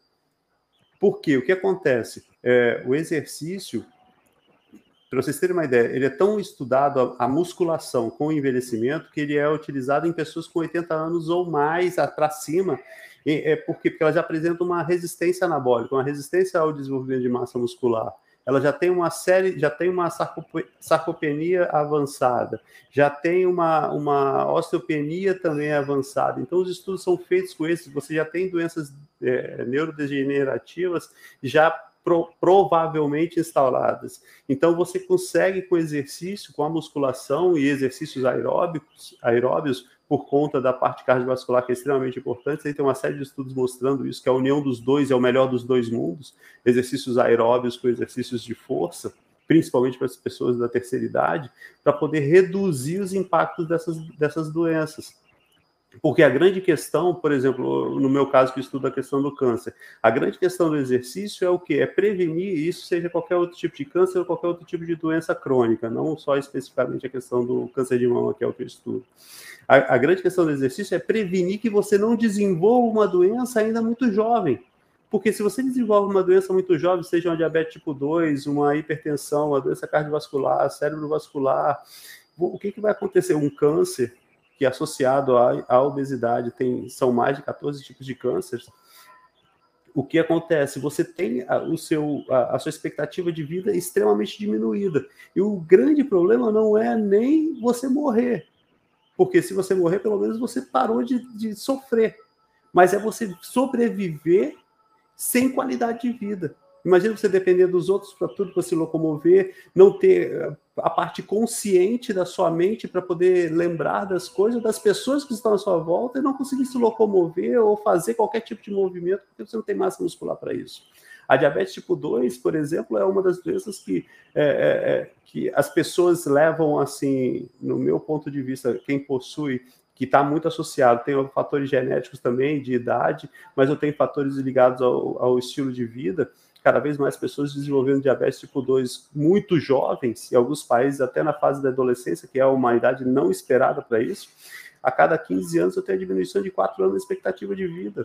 Por quê? O que acontece? É, o exercício, para vocês terem uma ideia, ele é tão estudado, a, a musculação com o envelhecimento, que ele é utilizado em pessoas com oitenta anos ou mais para cima, é, é porque, porque elas já apresentam uma resistência anabólica, uma resistência ao desenvolvimento de massa muscular. Ela já tem uma série, já tem uma sarcopenia avançada, já tem uma, uma osteopenia também avançada. Então, os estudos são feitos com esses, você já tem doenças é, neurodegenerativas já pro, provavelmente instaladas. Então, você consegue, com exercício, com a musculação e exercícios aeróbicos, aeróbios, por conta da parte cardiovascular, que é extremamente importante. Aí tem uma série de estudos mostrando isso, que a união dos dois é o melhor dos dois mundos, exercícios aeróbios com exercícios de força, principalmente para as pessoas da terceira idade, para poder reduzir os impactos dessas, dessas doenças. Porque a grande questão, por exemplo, no meu caso que estudo a questão do câncer, a grande questão do exercício é o quê? É prevenir isso, seja qualquer outro tipo de câncer ou qualquer outro tipo de doença crônica, não só especificamente a questão do câncer de mama, que é o que eu estudo. A, a grande questão do exercício é prevenir que você não desenvolva uma doença ainda muito jovem. Porque se você desenvolve uma doença muito jovem, seja uma diabetes tipo dois, uma hipertensão, uma doença cardiovascular, cerebrovascular, o que, que vai acontecer? Um câncer que associado à, à obesidade tem, são mais de quatorze tipos de cânceres. O que acontece? Você tem a, o seu, a, a sua expectativa de vida extremamente diminuída. E o grande problema não é nem você morrer, porque se você morrer, pelo menos você parou de, de sofrer. Mas é você sobreviver sem qualidade de vida. Imagina você depender dos outros para tudo, para se locomover, não ter a parte consciente da sua mente para poder lembrar das coisas, das pessoas que estão à sua volta e não conseguir se locomover ou fazer qualquer tipo de movimento, porque você não tem massa muscular para isso. A diabetes tipo dois, por exemplo, é uma das doenças que, é, é, que as pessoas levam, assim, no meu ponto de vista, quem possui, que está muito associado, tem fatores genéticos também, de idade, mas eu tenho fatores ligados ao, ao estilo de vida, cada vez mais pessoas desenvolvendo diabetes tipo dois muito jovens, em alguns países até na fase da adolescência, que é uma idade não esperada para isso. A cada quinze anos eu tenho a diminuição de quatro anos de expectativa de vida.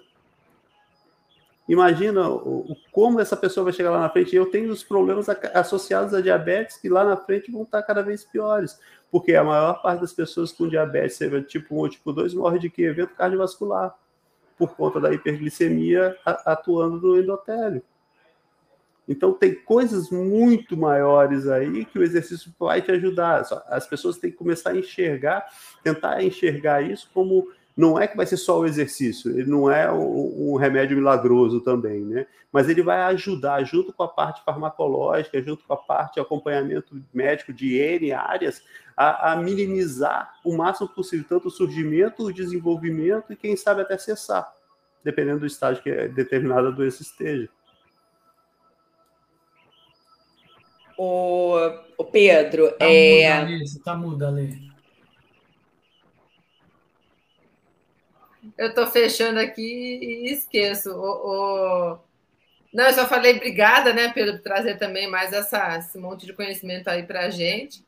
Imagina o, o, como essa pessoa vai chegar lá na frente. Eu tenho os problemas associados à diabetes que lá na frente vão estar cada vez piores, porque a maior parte das pessoas com diabetes, seja tipo um ou tipo dois, morre de quê? Evento cardiovascular, por conta da hiperglicemia atuando no endotélio. Então, tem coisas muito maiores aí que o exercício vai te ajudar. As pessoas têm que começar a enxergar, tentar enxergar isso como... Não é que vai ser só o exercício, ele não é um, um remédio milagroso também, né? Mas ele vai ajudar, junto com a parte farmacológica, junto com a parte de acompanhamento médico de N áreas, a, a minimizar o máximo possível, tanto o surgimento, o desenvolvimento e, quem sabe, até cessar, dependendo do estágio que determinada doença esteja. O, o Pedro, tá é... muda, Alice, tá muda, Lê. Eu estou fechando aqui e esqueço. O, o... Não, eu só falei obrigada, né, Pedro, por trazer também mais essa, esse monte de conhecimento aí para a gente.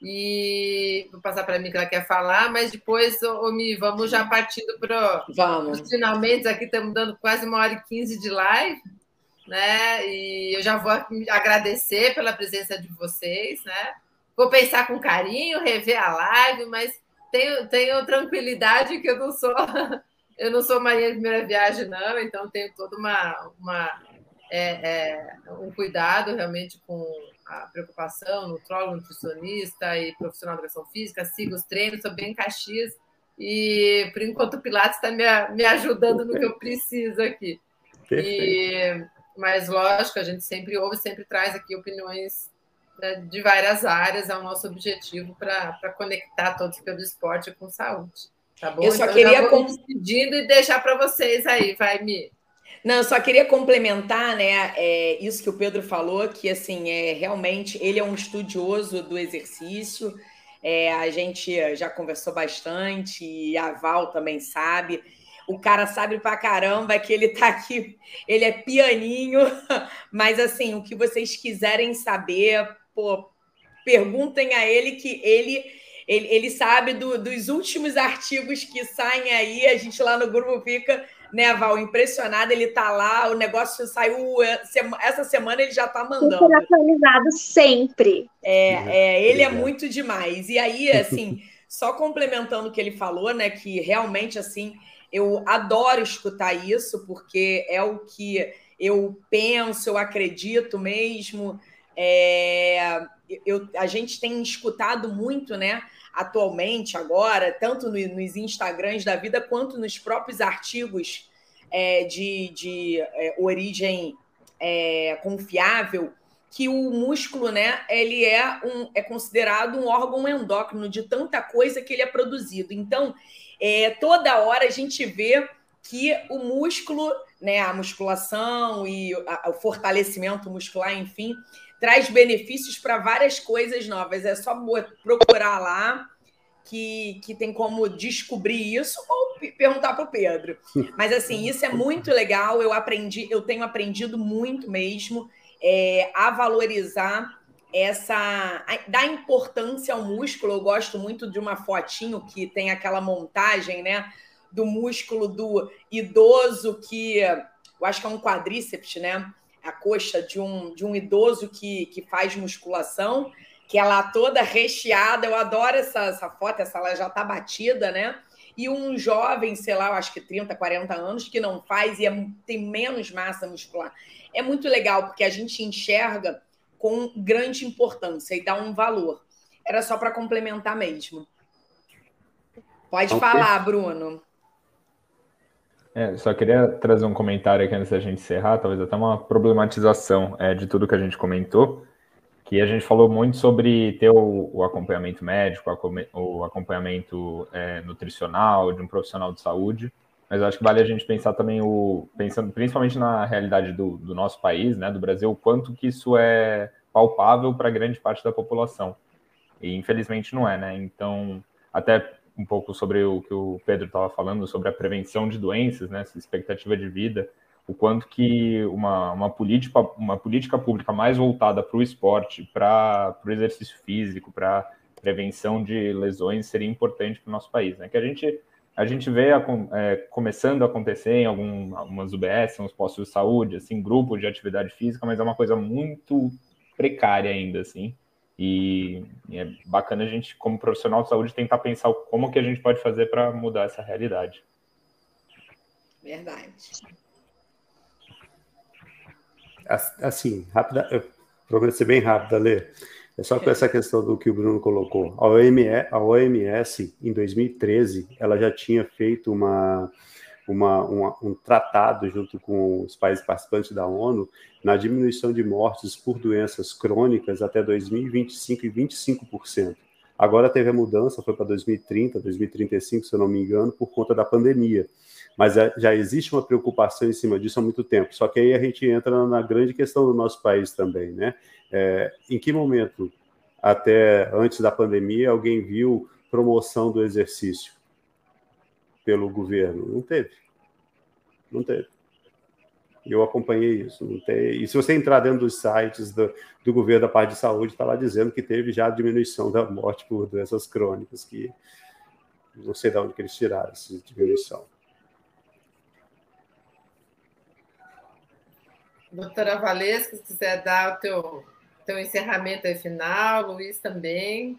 E vou passar para mim que ela quer falar, mas depois, ô, Mi, vamos já partindo para os finalmente. Aqui estamos dando quase uma hora e quinze de live, né? E eu já vou agradecer pela presença de vocês, né? Vou pensar com carinho, rever a live, mas tenho, tenho tranquilidade que eu não sou... Eu não sou Maria de primeira viagem, não, então tenho todo uma, uma, é, é, um cuidado realmente com a preocupação, nutrólogo, nutricionista e profissional de educação física, sigo os treinos, sou bem Caxias e, por enquanto, o Pilates está me, me ajudando no que eu preciso aqui. E, mas, lógico, a gente sempre ouve, sempre traz aqui opiniões, né, de várias áreas, é o nosso objetivo para conectar todos pelo esporte com saúde. Tá bom? Eu só então, queria já vou com... me despedindo e deixar para vocês aí, vai, Mi. Não, eu só queria complementar, né, é, isso que o Pedro falou, que assim, é, realmente ele é um estudioso do exercício, é, a gente já conversou bastante, e a Val também sabe. O cara sabe pra caramba que ele tá aqui, ele é pianinho, mas assim, o que vocês quiserem saber, pô, perguntem a ele que ele... Ele, ele sabe do, dos últimos artigos que saem aí, a gente lá no grupo fica, né, Val, impressionado, ele tá lá, o negócio saiu, essa semana ele já tá mandando. Super atualizado sempre. É, é, ele é muito demais. E aí, assim, só complementando o que ele falou, né, que realmente, assim, eu adoro escutar isso, porque é o que eu penso, eu acredito mesmo. É, eu, a gente tem escutado muito, né, atualmente, agora, tanto no, nos Instagrams da vida, quanto nos próprios artigos é, de, de é, origem é, confiável que o músculo, né, ele é, um, é considerado um órgão endócrino de tanta coisa que ele é produzido. Então, é, toda hora a gente vê que o músculo, né, a musculação e a, o fortalecimento muscular, enfim, traz benefícios para várias coisas novas. É só procurar lá que, que tem como descobrir isso ou perguntar para o Pedro. Mas, assim, isso é muito legal. Eu aprendi, eu tenho aprendido muito mesmo é, a valorizar essa... A, dar importância ao músculo. Eu gosto muito de uma fotinho que tem aquela montagem, né, do músculo do idoso que... Eu acho que é um quadríceps, né? A coxa de um, de um idoso que, que faz musculação, que ela toda recheada. Eu adoro essa, essa foto, essa ela já está batida, né? E um jovem, sei lá, eu acho que trinta, quarenta anos, que não faz e é, tem menos massa muscular. É muito legal, porque a gente enxerga com grande importância e dá um valor. Era só para complementar mesmo. Pode okay. falar, Bruno. É, só queria trazer um comentário aqui antes da gente encerrar, talvez até uma problematização é, de tudo que a gente comentou, que a gente falou muito sobre ter o, o acompanhamento médico, o acompanhamento é, nutricional de um profissional de saúde, mas acho que vale a gente pensar também, o, pensando principalmente na realidade do, do nosso país, né, do Brasil, o quanto que isso é palpável para grande parte da população. E infelizmente não é, né? Então, até um pouco sobre o que o Pedro estava falando, sobre a prevenção de doenças, né, essa expectativa de vida, o quanto que uma, uma, política, uma política pública mais voltada para o esporte, para o exercício físico, para prevenção de lesões seria importante para o nosso país, né? Que a gente, a gente vê a, é, começando a acontecer em algum, algumas U B S, uns postos de saúde, assim, grupos de atividade física, mas é uma coisa muito precária ainda, assim. E é bacana a gente, como profissional de saúde, tentar pensar como que a gente pode fazer para mudar essa realidade. Verdade. Assim, rápida, eu prometo ser bem rápida, Lê. É só com essa questão do que o Bruno colocou. A O M S, a O M S, em dois mil e treze, ela já tinha feito uma... Uma, uma, um tratado junto com os países participantes da ONU na diminuição de mortes por doenças crônicas até dois mil e vinte e cinco e vinte e cinco por cento. Agora teve a mudança, foi para dois mil e trinta, dois mil e trinta e cinco, se eu não me engano, por conta da pandemia. Mas já existe uma preocupação em cima disso há muito tempo. Só que aí a gente entra na grande questão do nosso país também, né? É, em que momento, até antes da pandemia, alguém viu promoção do exercício pelo governo? Não teve. Não teve. Eu acompanhei isso. Não tem... E se você entrar dentro dos sites do, do governo da parte de saúde, está lá dizendo que teve já a diminuição da morte por doenças crônicas, que não sei de onde que eles tiraram essa diminuição. Doutora Valesca, se quiser dar o teu, teu encerramento aí final, Luiz também.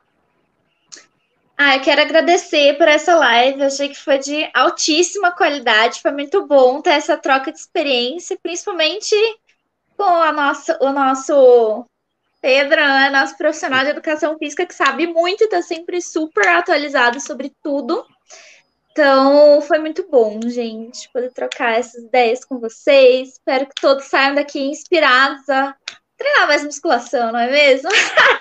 Ah, eu quero agradecer por essa live, eu achei que foi de altíssima qualidade, foi muito bom ter essa troca de experiência, principalmente com a nossa, o nosso Pedro, né, nosso profissional de educação física, que sabe muito e está sempre super atualizado sobre tudo. Então, foi muito bom, gente, poder trocar essas ideias com vocês. Espero que todos saiam daqui inspirados a treinar mais musculação, não é mesmo?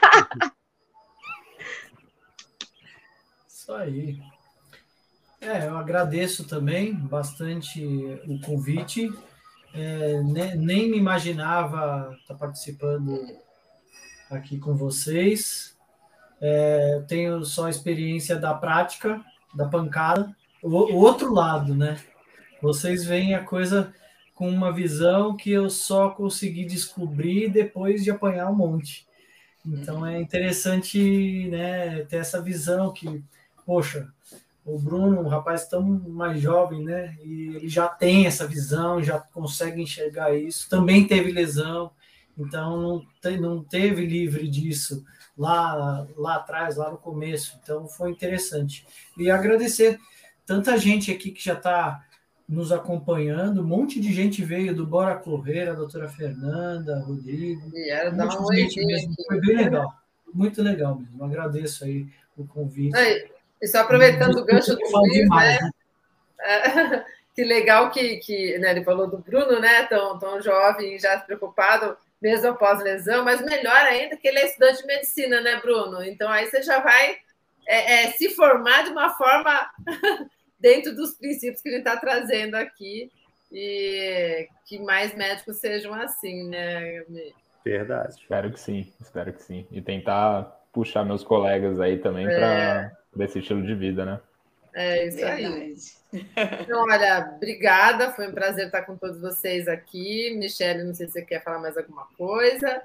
Isso aí. É, eu agradeço também bastante o convite. É, nem, nem me imaginava estar participando aqui com vocês. É, tenho só a experiência da prática, da pancada. O, o outro lado, né? Vocês veem a coisa com uma visão que eu só consegui descobrir depois de apanhar um monte. Então é interessante, né, ter essa visão que, poxa, o Bruno, um rapaz tão mais jovem, né? E ele já tem essa visão, já consegue enxergar isso. Também teve lesão, então não, te, não teve livre disso lá, lá atrás, lá no começo. Então foi interessante. E agradecer tanta gente aqui que já está nos acompanhando. Um monte de gente veio do Bora Correr, a doutora Fernanda, Rodrigo. E era um dar monte um de gente mesmo. Foi bem legal. Muito legal mesmo. Agradeço aí o convite. Aí, e só aproveitando o gancho do Luiz, demais, né? que legal que, que né, ele falou do Bruno, né? Tão, tão jovem, já preocupado, mesmo após lesão, mas melhor ainda que ele é estudante de medicina, né, Bruno? Então aí você já vai é, é, se formar de uma forma dentro dos princípios que a gente está trazendo aqui, e que mais médicos sejam assim, né? Verdade. Espero que sim, espero que sim. E tentar puxar meus colegas aí também é. para esse estilo de vida, né? É isso Verdade. aí. Então, olha, obrigada, foi um prazer estar com todos vocês aqui. Michele, não sei se você quer falar mais alguma coisa.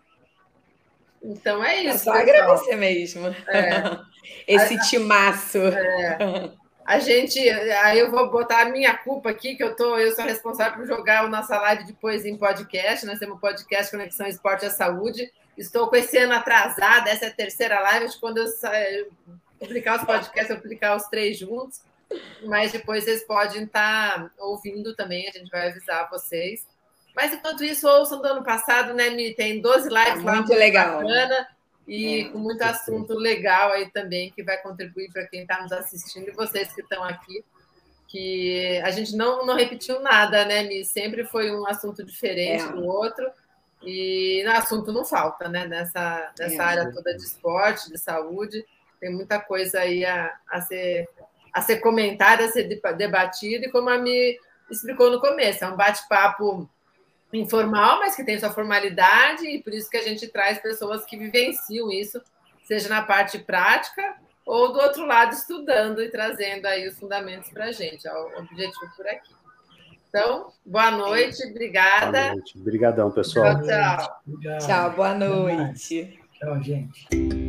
Então é isso. É só agradecer mesmo. É. Esse a, timaço. É. A gente, aí eu vou botar a minha culpa aqui, que eu tô, eu sou responsável por jogar a nossa live depois em podcast. Nós temos um podcast Conexão Esporte à Saúde. Estou com esse ano atrasada, essa é a terceira live. Acho que quando eu publicar os podcasts, eu vou publicar os três juntos. Mas depois vocês podem estar ouvindo também, a gente vai avisar vocês. Mas enquanto isso, ouçam do ano passado, né, Mi? Tem doze lives tá lá, muito legal, bacana, e é, com muito assunto legal aí também, que vai contribuir para quem está nos assistindo e vocês que estão aqui, que a gente não, não repetiu nada, né, Mi? Sempre foi um assunto diferente é. do outro, e no assunto não falta, né? Nessa, nessa é. área toda de esporte, de saúde, tem muita coisa aí a, a ser... a ser comentada, a ser debatida, e como a Mi explicou no começo, é um bate-papo informal, mas que tem sua formalidade, e por isso que a gente traz pessoas que vivenciam isso, seja na parte prática ou do outro lado estudando e trazendo aí os fundamentos para a gente. É o objetivo por aqui. Então, boa noite, obrigada. Boa noite. Obrigadão, pessoal. Tchau, tchau. Obrigado. Tchau, boa noite. Tchau, gente.